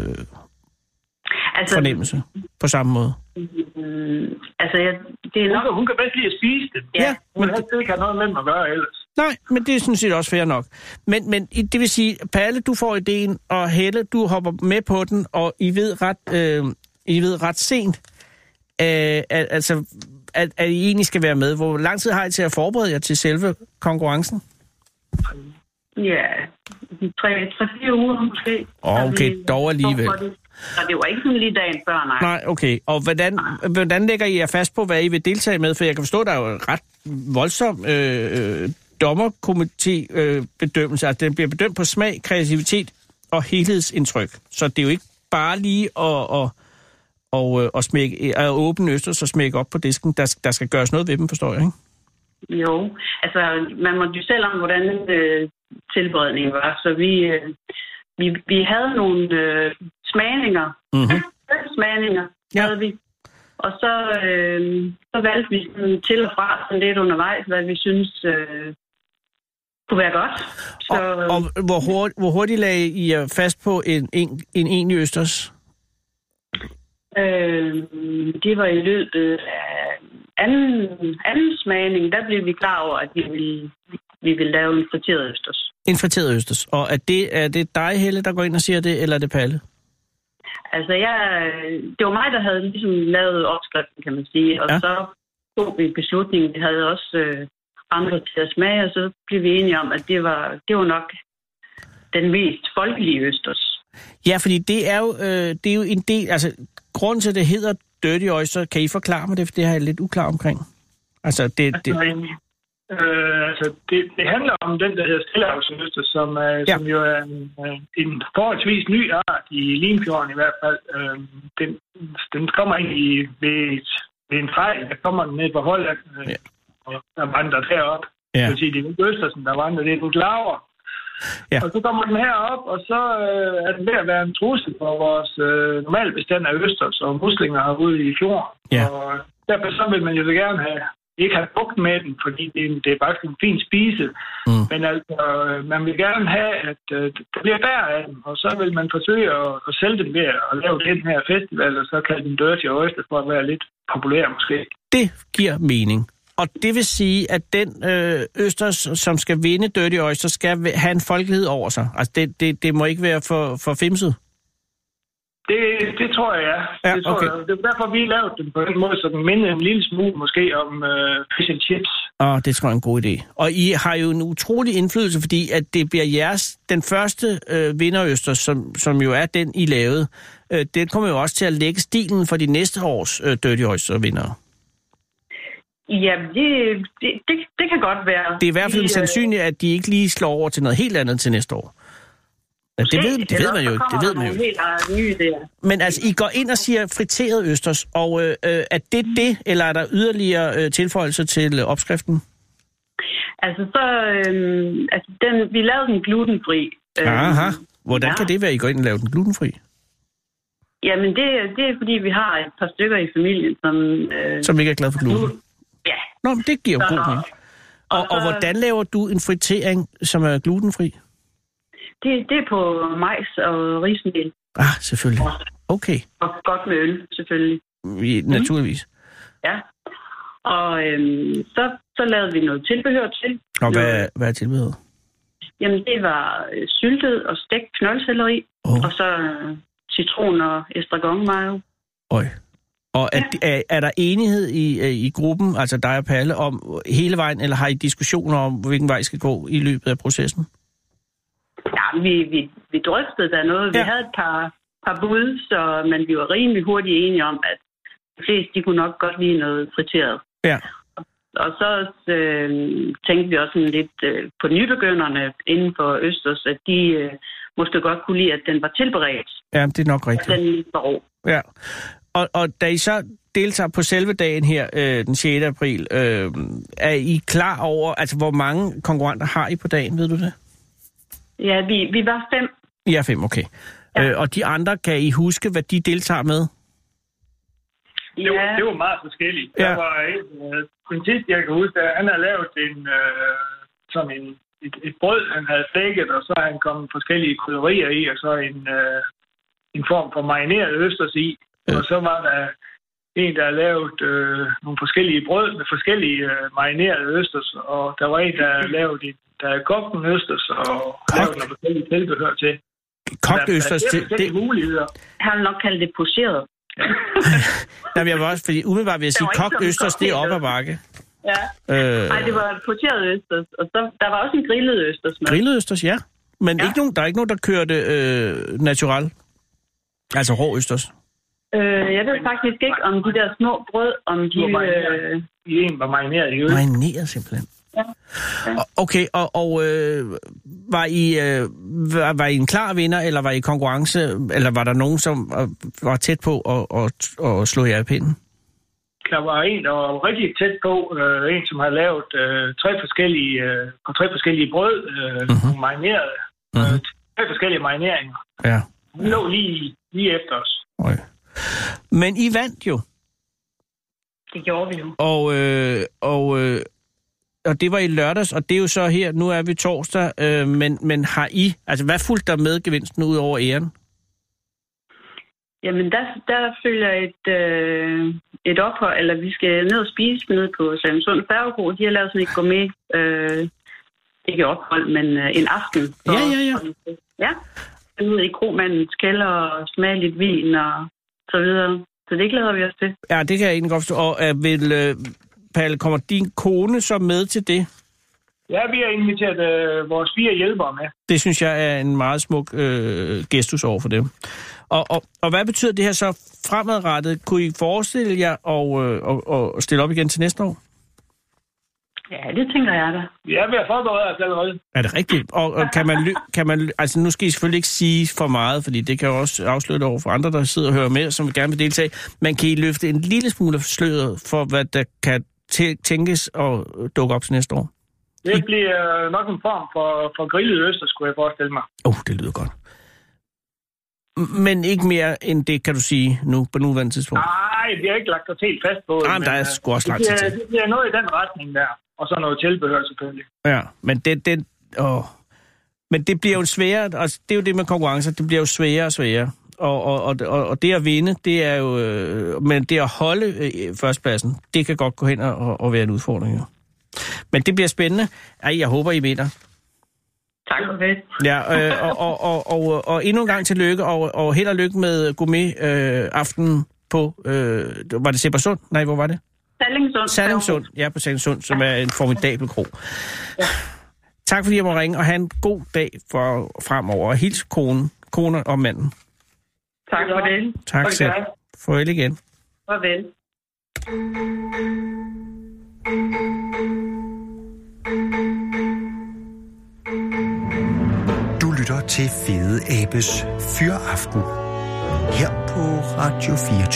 fornemmelse på samme måde. Det er nok... Hun kan bedst lide at spise det. Ja, men det ikke have noget med at gøre ellers. Nej, men det er sådan set også fair nok. Men det vil sige, Palle, du får ideen, og Helle, du hopper med på den, og I ved ret sent, at I egentlig skal være med. Hvor lang tid har I til at forberede jer til selve konkurrencen? Ja, 3-4 uger måske. Okay, dog alligevel. Så det var ikke sådan lige dagen før, nej. Nej, okay. Og hvordan lægger I jer fast på, hvad I vil deltage med? For jeg kan forstå, der er jo ret voldsom dommerkomité-bedømmelse. Altså, den bliver bedømt på smag, kreativitet og helhedsindtryk. Så det er jo ikke bare lige at åbne østers og smække op på disken. Der skal gøres noget ved dem, forstår jeg, ikke? Jo, altså man må jo selv om, hvordan tilberedningen var. Så vi havde nogle smagninger. Mm-hmm. Smagninger havde vi. Og så valgte vi til og fra sådan lidt undervejs, hvad vi synes kunne være godt. Så, og hvor hurtigt lagde I fast på en egentlig østers? Det var i løbet af anden smagning, der blev vi klar over, at vi ville lave en friteret østers. En friteret østers. Og er det dig, Helle, der går ind og siger det, eller er det Palle? Altså, det var mig, der havde ligesom lavet opskriften, kan man sige. Og så tog vi beslutningen. Vi havde også andre til at smage, og så blev vi enige om, at det var nok den mest folkelige østers. Ja, fordi det er jo en del... Altså, grunden til, at det hedder Dirty Oyster, kan I forklare mig det? For det har jeg lidt uklar omkring. Altså, det handler om den, der hedder stillehavsøster, som jo er en forholdsvis ny art i Limfjorden i hvert fald. Den kommer ind ved en fejl, der kommer den ned på Holland, og der vandrer derop. Ja. Det vil sige, det er ikke østersen, der vandrer, det er en laver. Ja. Og så kommer den herop, og så er den ved at være en trussel for vores normale bestand af østers og muslinger herude i fjorden. Ja. Og derfor så vil man jo gerne ikke have bugt med den, fordi det er faktisk en fin spise. Men altså, man vil gerne have, at det bliver værre af dem, og så vil man forsøge at sælge dem ved at lave den her festival, og så kalde den Dirty Oyster for at være lidt populær måske. Det giver mening. Og det vil sige, at den østers, som skal vinde Dirty Oyster, skal have en folkelighed over sig. Altså, det må ikke være for femset. Det tror jeg, ja. Det tror jeg. Det er derfor, vi lavede den på den måde, så den minder en lille smule måske om fish and chips. Det tror jeg er en god idé. Og I har jo en utrolig indflydelse, fordi at det bliver den første vinderøsters, som jo er den, I lavede. Den kommer jo også til at lægge stilen for de næste års Dirty Oyster-vindere. Ja, det kan godt være. Det er i hvert fald sandsynligt, at de ikke lige slår over til noget helt andet til næste år. Ja, det ved man jo ikke. Det ved man jo ikke. Helt nye idéer. Men altså, I går ind og siger friteret østers, og er det, eller er der yderligere tilføjelser til opskriften? Altså, vi lavede den glutenfri. Aha. Hvordan kan det være, I går ind og laver den glutenfri? Jamen, det er fordi, vi har et par stykker i familien, som ikke er glad for gluten? Ja. Nå, men det giver jo god mening. Og hvordan laver du en fritering, som er glutenfri? Det er på majs og rismel. Selvfølgelig. Okay. Og godt med øl, selvfølgelig. Naturligvis. Ja. Og så lavede vi noget tilbehør til. Og hvad er tilbehøret? Jamen, det var syltet og stegt knoldselleri, og så citron og estragonmayo. Og er der enighed i gruppen, altså dig og Palle, om hele vejen, eller har I diskussioner om, hvilken vej I skal gå i løbet af processen? Ja, vi drøftede der noget. Vi havde et par bud, men vi var rimelig hurtigt enige om, at de fleste, de kunne nok godt lide noget friteret. Ja. Og så tænkte vi også sådan lidt på nybegynderne inden for østers, at de måske godt kunne lide, at den var tilberedt. Ja, det er nok rigtigt. Den var rå. Ja. Og da I så deltager på selve dagen her, den 6. april, er I klar over, altså hvor mange konkurrenter har I på dagen, ved du det? Ja, vi var 5. I er 5, okay. Ja. Og de andre, kan I huske, hvad de deltager med? Det var meget forskelligt. Ja. Der var den sidste, jeg kan huske, at han havde lavet et brød, han havde stækket, og så har han kommet forskellige krydderier i, og så en form for marineret østers i. Og så var der en, der havde lavet nogle forskellige brød med forskellige marinerede østers, og der var en, der lavede der er kogt østers, og lavet noget forskellige tilbehør til. Kogt østers? Det muligheder. Han vil nok kalde det pocheret. Jamen, jeg var også, fordi umiddelbart vil jeg sige, kogt østers, det er op ad bakke. Ja. Nej, det var pocheret østers, og så, der var også en grillet østers med. Grillet østers, ja. Men der er ikke nogen, der kørte natural? Altså rå østers? Jeg ved faktisk ikke, om de der små brød, om de... var marineret i øl. Marineret simpelthen? Ja. Okay, og var I en klar vinder, eller var I konkurrence, eller var der nogen, som var tæt på at slå jer i pinden? Der var en, der var rigtig tæt på. En, som havde lavet 3 forskellige brød, marineret. 3 forskellige marineringer. Ja. Den lå lige efter os. Okay. Men I vandt jo. Det gjorde vi jo. Og det var i lørdags, og det er jo så her, nu er vi torsdag, men har I, altså hvad fulgte der med gevinsten ud over æren? Jamen, der følger et ophold, eller vi skal ned og spise ned på Sallingsund Færgegro. De har lavet sådan et gourmet, ikke ophold, men en aften. Ja. Nede i kromandens kælder og smage lidt vin og så videre. Så det glæder vi os til. Ja, det kan jeg egentlig godt forstå. Og Palle, kommer din kone så med til det? Ja, vi har inviteret vores 4 hjælpere med. Det synes jeg er en meget smuk gestus over for dem. Og hvad betyder det her så fremadrettet? Kunne I forestille jer at stille op igen til næste år? Ja, det tænker jeg da. Vi er ved at forberede os allerede. Er det rigtigt? Og kan man altså nu skal I selvfølgelig ikke sige for meget, fordi det kan jo også afsløre over for andre, der sidder og hører med, som gerne vil deltage. Men kan I løfte en lille smule sløret for, hvad der kan tænkes at dukke op til næste år? Det bliver nok en form for grillet østers, skulle jeg forestille mig. Det lyder godt. Men ikke mere end det, kan du sige nu, på nuværende tidspunkt? Nej, vi har ikke lagt os helt fast på det. Men der er sgu også lagt til. Det bliver noget i den retning der. Og så noget tilbehør selvfølgelig. Ja, men men det bliver jo sværere, altså det er jo det med konkurrencer, det bliver jo sværere og sværere. Og det at vinde, det er jo, men det at holde førstepladsen, det kan godt gå hen og være en udfordring. Jo. Men det bliver spændende. Jeg håber, I vinder. Tak for det. Ja, og endnu en gang tillykke, og held og lykke med gourmet-aftenen på, var det Sebbersund? Nej, hvor var det? Sallingsund, ja, på Sallingsund, som er en formidabel kro. Ja. Tak fordi jeg må ringe, og have en god dag fremover. Og hils konen og manden. Tak for det. Tak selv. Farvel igen. Farvel. Du lytter lytter til Fede Abes Fyraften her på Radio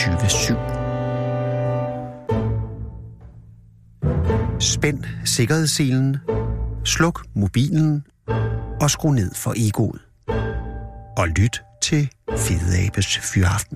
24/7. Spænd sikkerhedsselen, sluk mobilen og skru ned for egoet. Og lyt til Fede Abes Fyraften.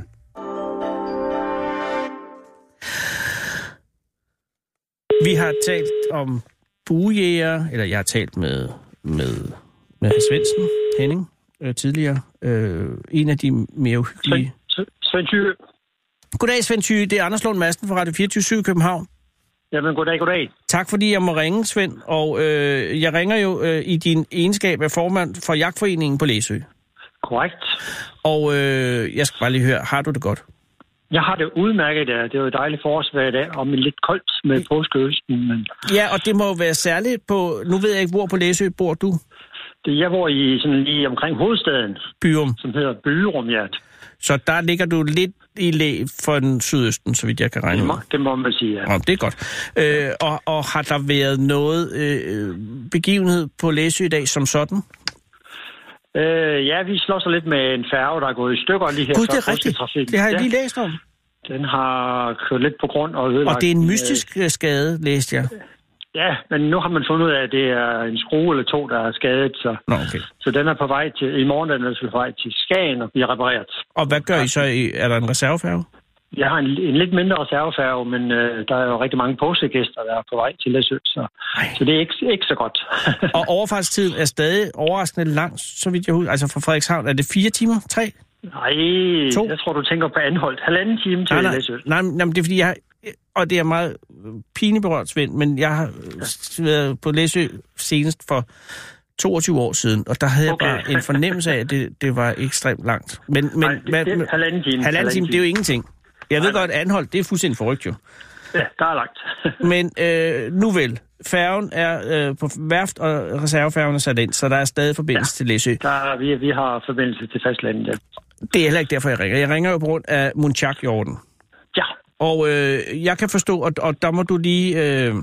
Vi har talt om buejæger, eller jeg har talt med hr. Svendsen, Henning, tidligere. En af de mere uhyggelige. Svend Thy. Goddag, Svend Thy. Det er Anders Lund Madsen fra Radio 24/7 København. Jamen, goddag. Tak fordi jeg må ringe, Svend. Og jeg ringer jo i din egenskab af formand for Jagtforeningen på Læsø. Korrekt. Og jeg skal bare lige høre, har du det godt? Jeg har det udmærket. Det er jo et dejligt forårsvejr i dag, og lidt koldt med påskeøsten. Men... Ja, og det må jo være særligt på... Nu ved jeg ikke, hvor på Læsø bor du? Jeg bor i sådan lige omkring hovedstaden. Byrum. Som hedder Byrum, ja. Så der ligger du lidt i læ for den sydøsten, så vidt jeg kan regne ud. Det må man sige, ja. Det er godt. Og har der været noget begivenhed på Læsø i dag som sådan? Ja, vi slår så lidt med en færge, der er gået i stykker lige her. Gud, det er rigtigt. Det har jeg lige læst om. Den har kørt lidt på grund og ødelagt. Og det er en mystisk skade, læste jeg. Ja, men nu har man fundet ud af, at det er en skrue eller to, der er skadet. Så den er på vej til... I morgen den er på vej til Skagen og bliver repareret. Og hvad gør I så? Er der en reservefærge? Jeg har en lidt mindre reservefærge, men der er jo rigtig mange påskegæster, der er på vej til Læsø, så det er ikke så godt. Og overfartstiden er stadig overraskende lang, så vidt jeg husker. Altså fra Frederikshavn, er det 4 timer? 3? Nej, 2? Jeg tror, du tænker på Anholt. 1,5 time til Læsø. Nej, det er fordi, jeg har... Og det er meget pineberørt, Svend, men jeg har været på Læsø senest for 22 år siden, og der havde jeg bare en fornemmelse af, at det var ekstremt langt. Men halvanden time, det er jo ingenting. Jeg ved godt, at Anholt, det er fuldstændig forrygt jo. Ja, der er langt. Men nu vel, færgen er på værft, og reservefærgen er sat ind, så der er stadig forbindelse til Læsø. Vi har forbindelse til fastlandet, ja. Det er heller ikke derfor, jeg ringer. Jeg ringer jo på grund af Muntjac-hjorten. Ja. Og jeg kan forstå, og der må du lige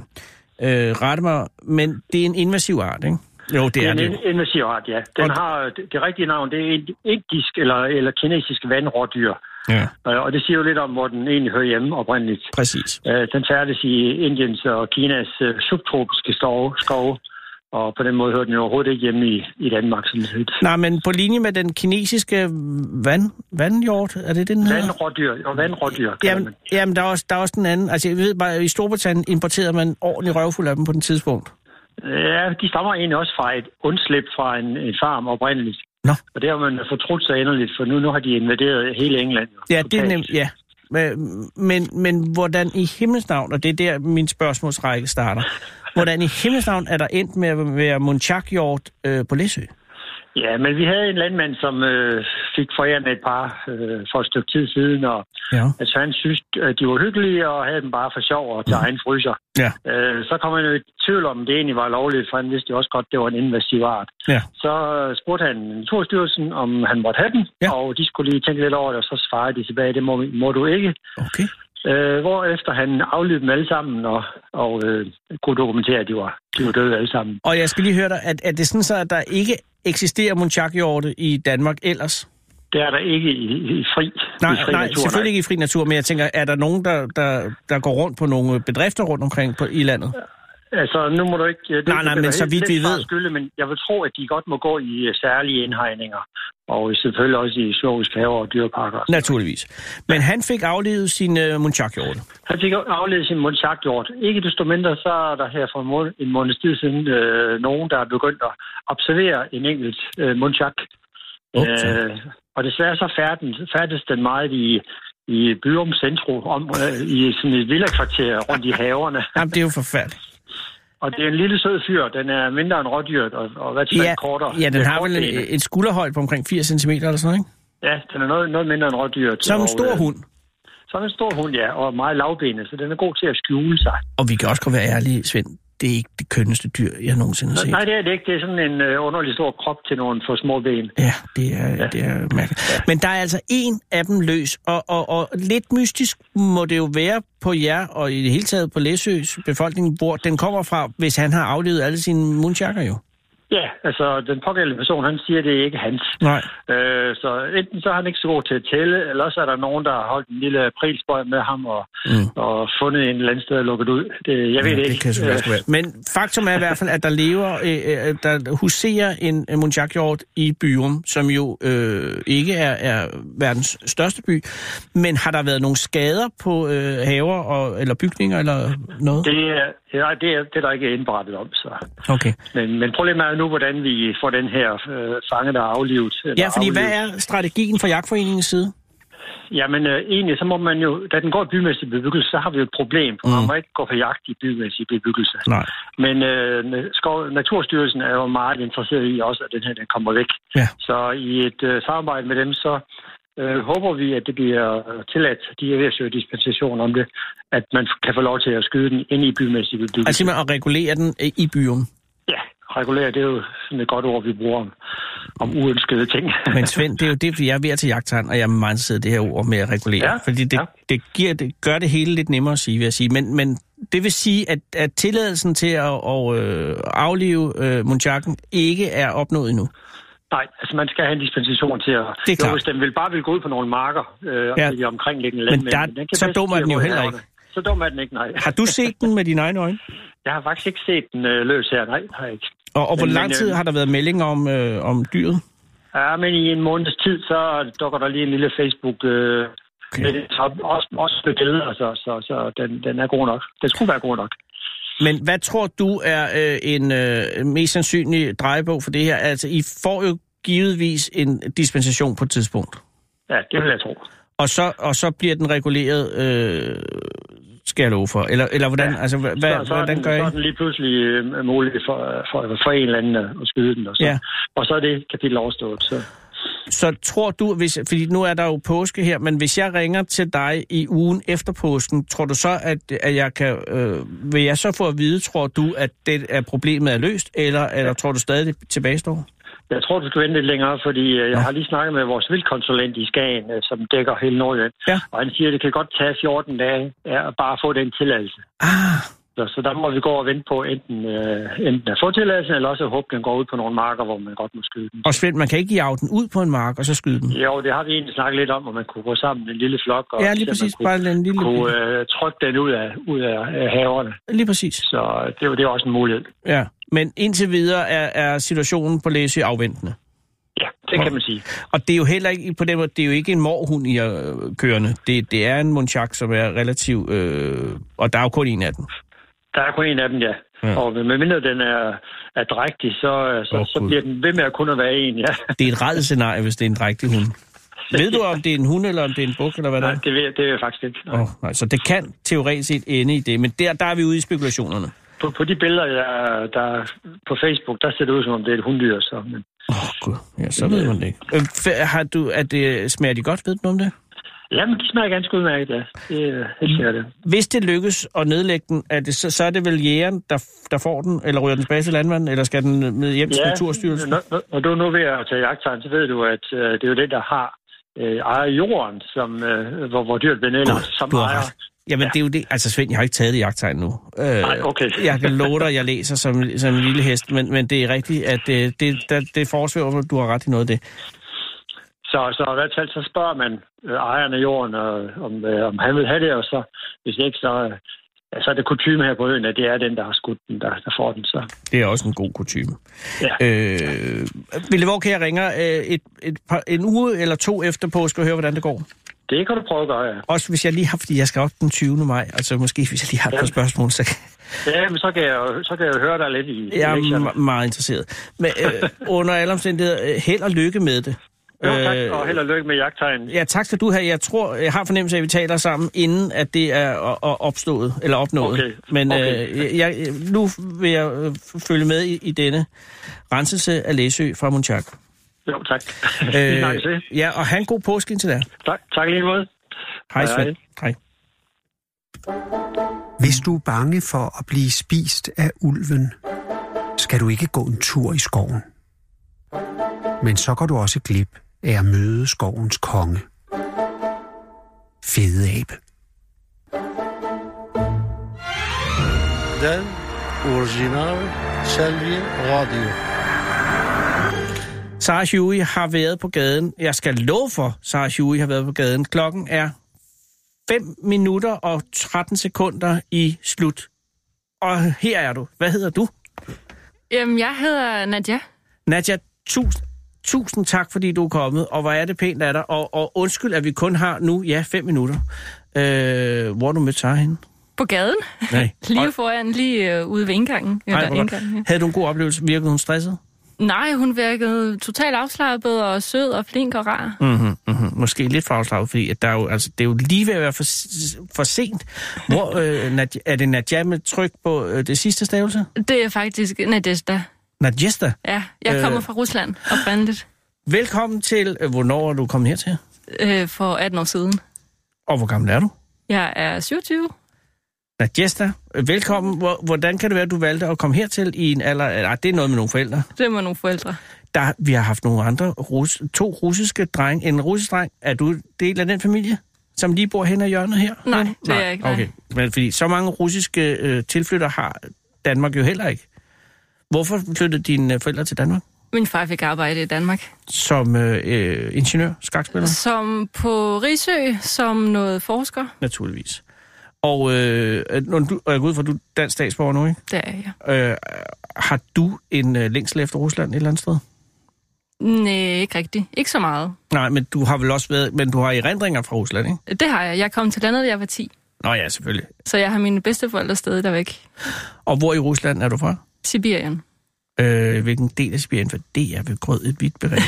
rette mig, men det er en invasiv art, ikke? Jo, det er en invasiv art, ja. Den har det rigtige navn, det er indisk eller kinesisk vandrådyr. Ja. Og det siger jo lidt om, hvor den egentlig hører hjemme oprindeligt. Præcis. Den færdes i Indiens og Kinas subtropiske skove, og på den måde hører den jo overhovedet ikke hjemme i Danmark. Sådan. Nej, men på linje med den kinesiske vandhjort, er det den hedder? Vandrådyr. Jamen, der er også den anden. Altså, jeg ved bare, i Storbritannien importerede man ordentlig røvfuld af dem på den tidspunkt. Ja, de stammer egentlig også fra et undslip fra en farm oprindeligt. Nå. Og det har man fortrudt sig endeligt, for nu har de invaderet hele England. Ja, det er nemt, ja. Men hvordan i himmels navn, og det er der min spørgsmålsrække starter, hvordan i himmels navn er der endt med at være Muntjac-hjort på Læsø? Ja, men vi havde en landmand, som fik foræret et par for et stykke tid siden, og altså, han synes, at de var hyggelige, og havde dem bare for sjov og til egen fryser. Ja. Så kom han jo i tvivl om, det egentlig var lovligt, for han vidste jo også godt, det var en invasiv art. Ja. Så spurgte han Naturstyrelsen, om han måtte have den, og de skulle lige tænke lidt over det, og så svarede de tilbage, det må du ikke. Okay. Hvorefter han aflivede dem alle sammen og kunne dokumentere, at de var døde alle sammen. Og jeg skal lige høre dig, at det sådan så, at der ikke eksisterer Muntjac-hjorte i Danmark ellers? Det er der ikke i fri natur. Selvfølgelig ikke i fri natur, men jeg tænker, er der nogen, der går rundt på nogle bedrifter rundt omkring i landet? Altså, nu må du ikke... Nej, men så vidt vi ved... Skylde, men jeg vil tro, at de godt må gå i særlige indhegninger, og selvfølgelig også i zoologiske haver og dyreparker. Naturligvis. Men han fik aflevet sin Muntjac-hjorte? Han fik aflevet sin Muntjac-hjort. Ikke desto mindre, så er der her for en måneds tid siden nogen, der er begyndt at observere en enkelt Muntjac. Og desværre så færdes den meget i Byrum centrum, i sådan et villakvarter rundt i haverne. Jamen, det er jo forfærdeligt. Og det er en lille sød fyr. Den er mindre end rådyret, og hvad til kortere. Ja, den har vel en skulderhøjde på omkring 80 cm eller sådan, ikke? Ja, den er noget mindre end rådyret. Som en stor hund? Som en stor hund, ja, og meget lavbenet, så den er god til at skjule sig. Og vi kan også godt være ærlige, Svend. Det er ikke det kønneste dyr, jeg nogensinde har set. Nej, det er det ikke. Det er sådan en underlig stor krop til nogle for små ben. Ja, det er mærkeligt. Ja. Men der er altså en af dem løs, og lidt mystisk må det jo være på jer, og i det hele taget på Læsøs befolkning, hvor den kommer fra, hvis han har aflevet alle sine muntjakker jo. Ja, altså den pågældende person, han siger, det er ikke hans. Nej. Så enten så er han ikke så god til at tælle, eller så er der nogen, der har holdt en lille aprilspøj med ham og fundet en eller anden sted og lukket ud. Jeg ved det ikke. Det kan men faktum er i hvert fald, at der huserer en muntjakhjort i Byrum, som jo ikke er verdens største by. Men har der været nogle skader på haver eller bygninger eller noget? Det er der ikke indberettet om. Så. Okay. Men problemet er nu, hvordan vi får den her fange, der er aflivet. Ja, fordi hvad er strategien fra Jagtforeningens side? Jamen egentlig, så må man jo, da den går i bymæssig bebyggelse, så har vi jo et problem. For man må ikke gå på jagt i bymæssig bebyggelse. Nej. Men Naturstyrelsen er jo meget interesseret i også, at den her den kommer væk. Ja. Så i et samarbejde med dem, så håber vi, at det bliver tilladt, de er ved at søge dispensation om det, at man kan få lov til at skyde den ind i bymæssig bebyggelse. Altså simpelthen at regulere den i Byrum? Ja, regulere, det er jo sådan et godt ord, vi bruger om uønskede ting. Men Svend, det er jo det, jeg er ved at til jagttegn, og jeg er meget interesseret i det her ord med at regulere. Ja, fordi det gør det hele lidt nemmere at sige, vil jeg sige. Men det vil sige, at tilladelsen til at aflive muntjakken ikke er opnået endnu? Nej, altså man skal have en dispensation til at... Det er klart. Hvis den bare vil gå ud på nogle marker i de omkringliggende landmænd. Men så dum er den jo heller ikke. Så dum er den ikke, nej. Har du set den med dine egne øjne? Jeg har faktisk ikke set den løs her, nej, har jeg ikke. Og hvor lang tid har der været meldinger om dyret? Ja, men i en måneds tid, så dukker der lige en lille Facebook... også med billeder, så den er god nok. Den skulle være god nok. Men hvad tror du er en mest sandsynlig drejebog for det her? Altså, I får jo givetvis en dispensation på et tidspunkt. Ja, det vil jeg tro. Og så bliver den reguleret, skal jeg love for? Eller hvordan? Ja. Altså, hvordan gør I? Så er den lige pludselig muligt for en eller anden at skyde den, og så er det kapitel overstået. Så tror du, fordi nu er der jo påske her, men hvis jeg ringer til dig i ugen efter påsken, tror du så, at jeg kan... vil jeg så få at vide, tror du, at problemet er løst, eller tror du stadig, det tilbagestår? Jeg tror, du skal vente lidt længere, fordi jeg har lige snakket med vores vildkonsulent i Skagen, som dækker hele Nordjylland, og han siger, at det kan godt tage 14 dage at bare få den tilladelse. Så der må vi gå og vente på enten at få tilladelsen, eller også at håbe, den går ud på nogle marker, hvor man godt må skyde den. Og Svend, man kan ikke jage den ud på en mark, og så skyde den? Jo, det har vi egentlig snakket lidt om, at man kunne gå sammen en lille flok, og lige præcis, man kunne trykke den ud af haverne. Lige præcis. Så det er også en mulighed. Ja, men indtil videre er situationen på Læsø afventende? Ja, det kan man sige. Og det er jo heller ikke på den måde, det er jo ikke en mårhund i kørende. Det er en muntjak, som er relativt... og der er jo kun en af dem. Der er kun en af dem, ja. Og medmindre den er drægtig, så bliver den ved med at kunne være en, ja. Det er et rædselsscenarie, hvis det er en drægtig hund. Ved du, om det er en hund, eller om det er en buk, eller hvad der er? Nej, det ved jeg faktisk ikke. Nej, så det kan teoretisk set ende i det, men der er vi ude i spekulationerne. På de billeder, der på Facebook, der ser det ud, som om det er et hunddyr. Men... Gud. Ja, så ved man det ikke. Smager de godt, ved du om det? Jamen, de smager ganske udmærket, ja. Det er helt sikkert. Hvis det lykkes at nedlægge den, så er det vel jægeren, der får den, eller ryger den tilbage til landmanden, eller skal den med hjem til Naturstyrelsen? Når du er nu ved at tage jagttegn, så ved du, at det er jo det, der har ejer jorden, hvor dyrt bliver nedlagt, som ejer. Jamen, det er jo det. Altså, Svend, jeg har ikke taget det jagttegn nu. Nej, okay. Jeg kan love dig, jeg læser som en lille hest, men det er rigtigt, at det forsvæver, at du har ret i noget af det. Så i hvert fald så spørger man ejeren af jorden, om han vil have det, og så hvis ikke, så er det kutyme her på øen, at det er den, der har skudt den, der får den. Så. Det er også en god kutyme. Ja. Ville hvor kan jeg ringer en uge eller to efter påske og høre, hvordan det går? Det kan du prøve at gøre, ja. Også hvis jeg lige har, fordi jeg skal op den 20. maj, altså måske hvis jeg lige har et par spørgsmål, så... Ja, men så kan jeg jo høre dig lidt i jeg er meget interesseret. Men under alle omstændigheder, held og lykke med det. Jo, tak, og held og lykke med jagttegn. Ja, tak skal du have. Jeg har fornemmelse af, at vi taler sammen, inden at det er opstået, eller opnået. Okay. Men nu vil jeg følge med i denne renselse af Læsø fra Muntjak. Jo, tak. Ja, og have en god påske indtil der. Tak lige måde. Hej, Svend. Hej. Hvis du er bange for at blive spist af ulven, skal du ikke gå en tur i skoven. Men så går du også glip af at møde skovens konge. Fedeabe. Den original Selvi Radio. Sarah Huey har været på gaden. Jeg skal love for, Sarah Huey har været på gaden. Klokken er 5 minutter og 13 sekunder i slut. Og her er du. Hvad hedder du? Jamen, jeg hedder Nadia. Nadia, tusind tak, fordi du er kommet. Og hvor er det pænt af dig. Og undskyld, at vi kun har nu, 5 minutter. Hvor er du mødt Sarah henne? På gaden. Nej. Lige foran, lige ude ved indgangen. Havde du en god oplevelse? Virkede hun stresset? Nej, hun virkede totalt afslappet og sød og flink og rar. Måske lidt for afslappet, fordi at der er jo, altså, det er jo lige ved at være for sent. Hvor, er det Nadia med tryk på det sidste stavelse? Det er faktisk Nadjesta. Nadjesta? Ja, jeg kommer fra Rusland oprindeligt. Velkommen til, hvornår er du kommet hertil? For 18 år siden. Og hvor gammel er du? Jeg er 27. Nadjesta, velkommen. Hvordan kan det være, at du valgte at komme hertil i en alder... det er noget med nogle forældre. Det er med nogle forældre. Vi har haft nogle andre, 2 russiske drenge. En russisk dreng. Er du del af den familie, som lige bor hen ad hjørnet her? Nej, det er jeg ikke. Okay, men fordi så mange russiske tilflyttere har Danmark jo heller ikke. Hvorfor flyttede dine forældre til Danmark? Min far fik arbejde i Danmark. Som ingeniør, skakspiller? Som på Risø, som noget forsker. Naturligvis. Og jeg går ud fra, at du er dansk statsborger nu, ikke? Det er jeg. Har du en længsel efter Rusland et eller andet sted? Nej, ikke rigtigt. Ikke så meget. Nej, men du har vel også været... Men du har erindringer fra Rusland, ikke? Det har jeg. Jeg kom til landet, da jeg var 10. Nå ja, selvfølgelig. Så jeg har mine bedsteforældre stadig dervæk. Og hvor i Rusland er du fra? Sibirien. Hvilken del af Sibirien? For det er vel grød et vidt begreb.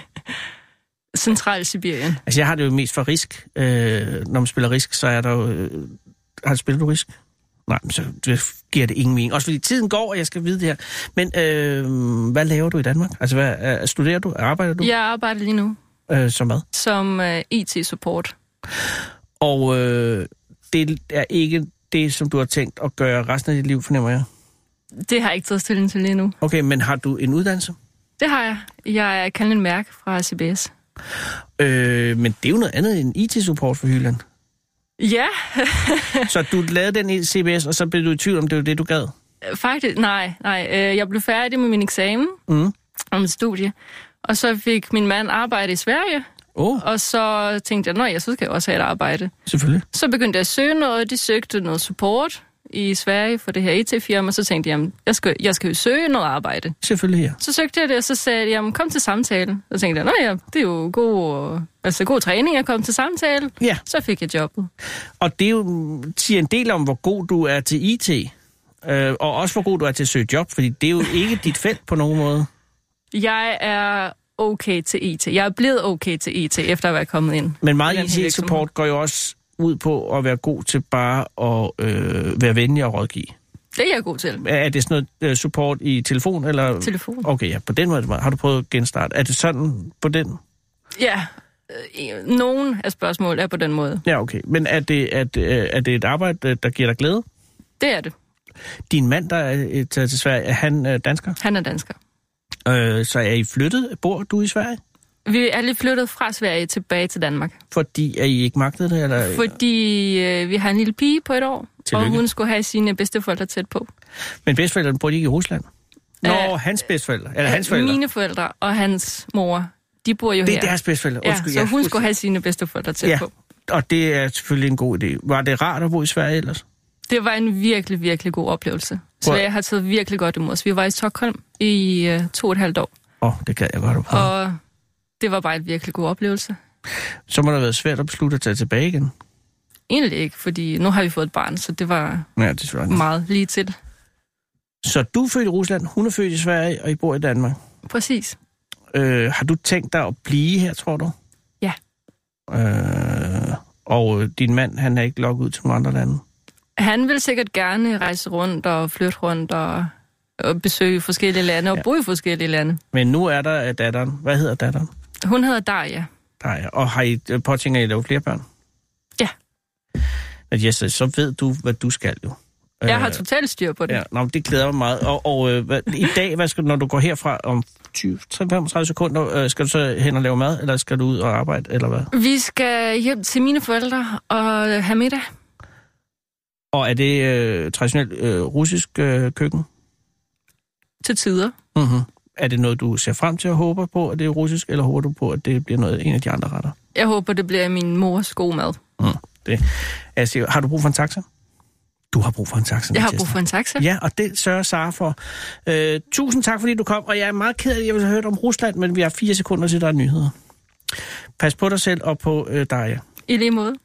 Central Sibirien. Altså, jeg har det jo mest for Risk. Når man spiller Risk, så er der jo... Spiller du Risk? Nej, så giver det ingen mening. Også fordi tiden går, og jeg skal vide det her. Men hvad laver du i Danmark? Altså, hvad studerer du? Arbejder du? Jeg arbejder lige nu. Som hvad? Som IT-support. Og det er ikke det, som du har tænkt at gøre resten af dit liv, fornemmer jeg? Det har jeg ikke taget stilling til lige nu. Okay, men har du en uddannelse? Det har jeg. Jeg er kaldet en mærke fra CBS. Men det er jo noget andet end IT-support for Hyland. Ja. Så du lavede den i CBS, og så blev du i tvivl om, det var det, du gad? Faktisk, nej. Jeg blev færdig med min eksamen om et studie, og så fik min mand arbejde i Sverige. Og så tænkte jeg, så skal jeg også have et arbejde. Selvfølgelig. Så begyndte jeg at søge noget, de søgte noget support i Sverige for det her IT-firma, så tænkte jeg, jeg skal jo søge noget arbejde. Selvfølgelig, ja. Så søgte jeg det, og så sagde jeg, kom til samtale. Så tænkte jeg, det er jo god træning at komme til samtale. Ja. Så fik jeg jobbet. Og det er jo siger en del om, hvor god du er til IT, og også hvor god du er til at søge job, fordi det er jo ikke dit felt på nogen måde. Jeg er okay til IT. Jeg er blevet okay til IT, efter at være kommet ind. Men meget IT-support går jo også ud på at være god til bare at være venlig og rådgive. Det er jeg god til. Er det sådan noget support i telefon? Eller? Telefon. Okay, ja, på den måde. Har du prøvet at genstarte? Er det sådan på den? Ja, nogle af spørgsmål er på den måde. Ja, okay. Men er det et arbejde, der giver dig glæde? Det er det. Din mand, der er taget til Sverige, er han dansker? Han er dansker. Så er I flyttet? Bor du i Sverige? Vi er lige flyttet fra Sverige tilbage til Danmark. Fordi er I ikke magtet det? Eller? Fordi vi har en lille pige på 1 år, Tillykke. Og hun skulle have sine bedsteforældre tæt på. Men bedsteforældrene bor de ikke i Rusland? Hans bedsteforældre? Eller hans forældre? Mine forældre og hans mor, de bor jo her. Det er deres bedsteforældre? Ja, så hun skulle have sine bedsteforældre tæt på. Og det er selvfølgelig en god idé. Var det rart at bo i Sverige ellers? Det var en virkelig, virkelig god oplevelse. Sverige har taget virkelig godt imod os. Vi var i Stockholm i 2,5 år. Det kan jeg godt prøve. Og det var bare en virkelig god oplevelse. Så må det have været svært at beslutte at tage tilbage igen? Egentlig ikke, fordi nu har vi fået et barn, så det var meget lige til. Så du er født i Rusland, hun er født i Sverige, og I bor i Danmark? Præcis. Har du tænkt dig at blive her, tror du? Ja. Og din mand, han er ikke lukket ud til nogle andre lande? Han vil sikkert gerne rejse rundt og flytte rundt og besøge forskellige lande og bo i forskellige lande. Men nu er der datteren. Hvad hedder datteren? Hun hedder Darja. Darja. Og har I påtænkt at lave flere børn? Ja. Men yes, så ved du, hvad du skal jo. Jeg har totalt styr på det. Ja, det glæder mig meget. Og i dag, når du går herfra om 20-35 sekunder, skal du så hen og lave mad, eller skal du ud og arbejde, eller hvad? Vi skal hjem til mine forældre og have middag. Og er det traditionelt russisk køkken? Til tider. Mm-hmm. Er det noget, du ser frem til at håbe på, at det er russisk, eller håber du på, at det bliver en af de andre retter? Jeg håber, det bliver min mors gode mad. Altså, har du brug for en taxa? Du har brug for en taxa. Jeg har brug for en taxa. Ja, og det sørger Sara for. Tusind tak, fordi du kom, og jeg er meget ked af, at jeg vil have hørt om Rusland, men vi har 4 sekunder til, der er nyheder. Pas på dig selv og på dig. I lige måde.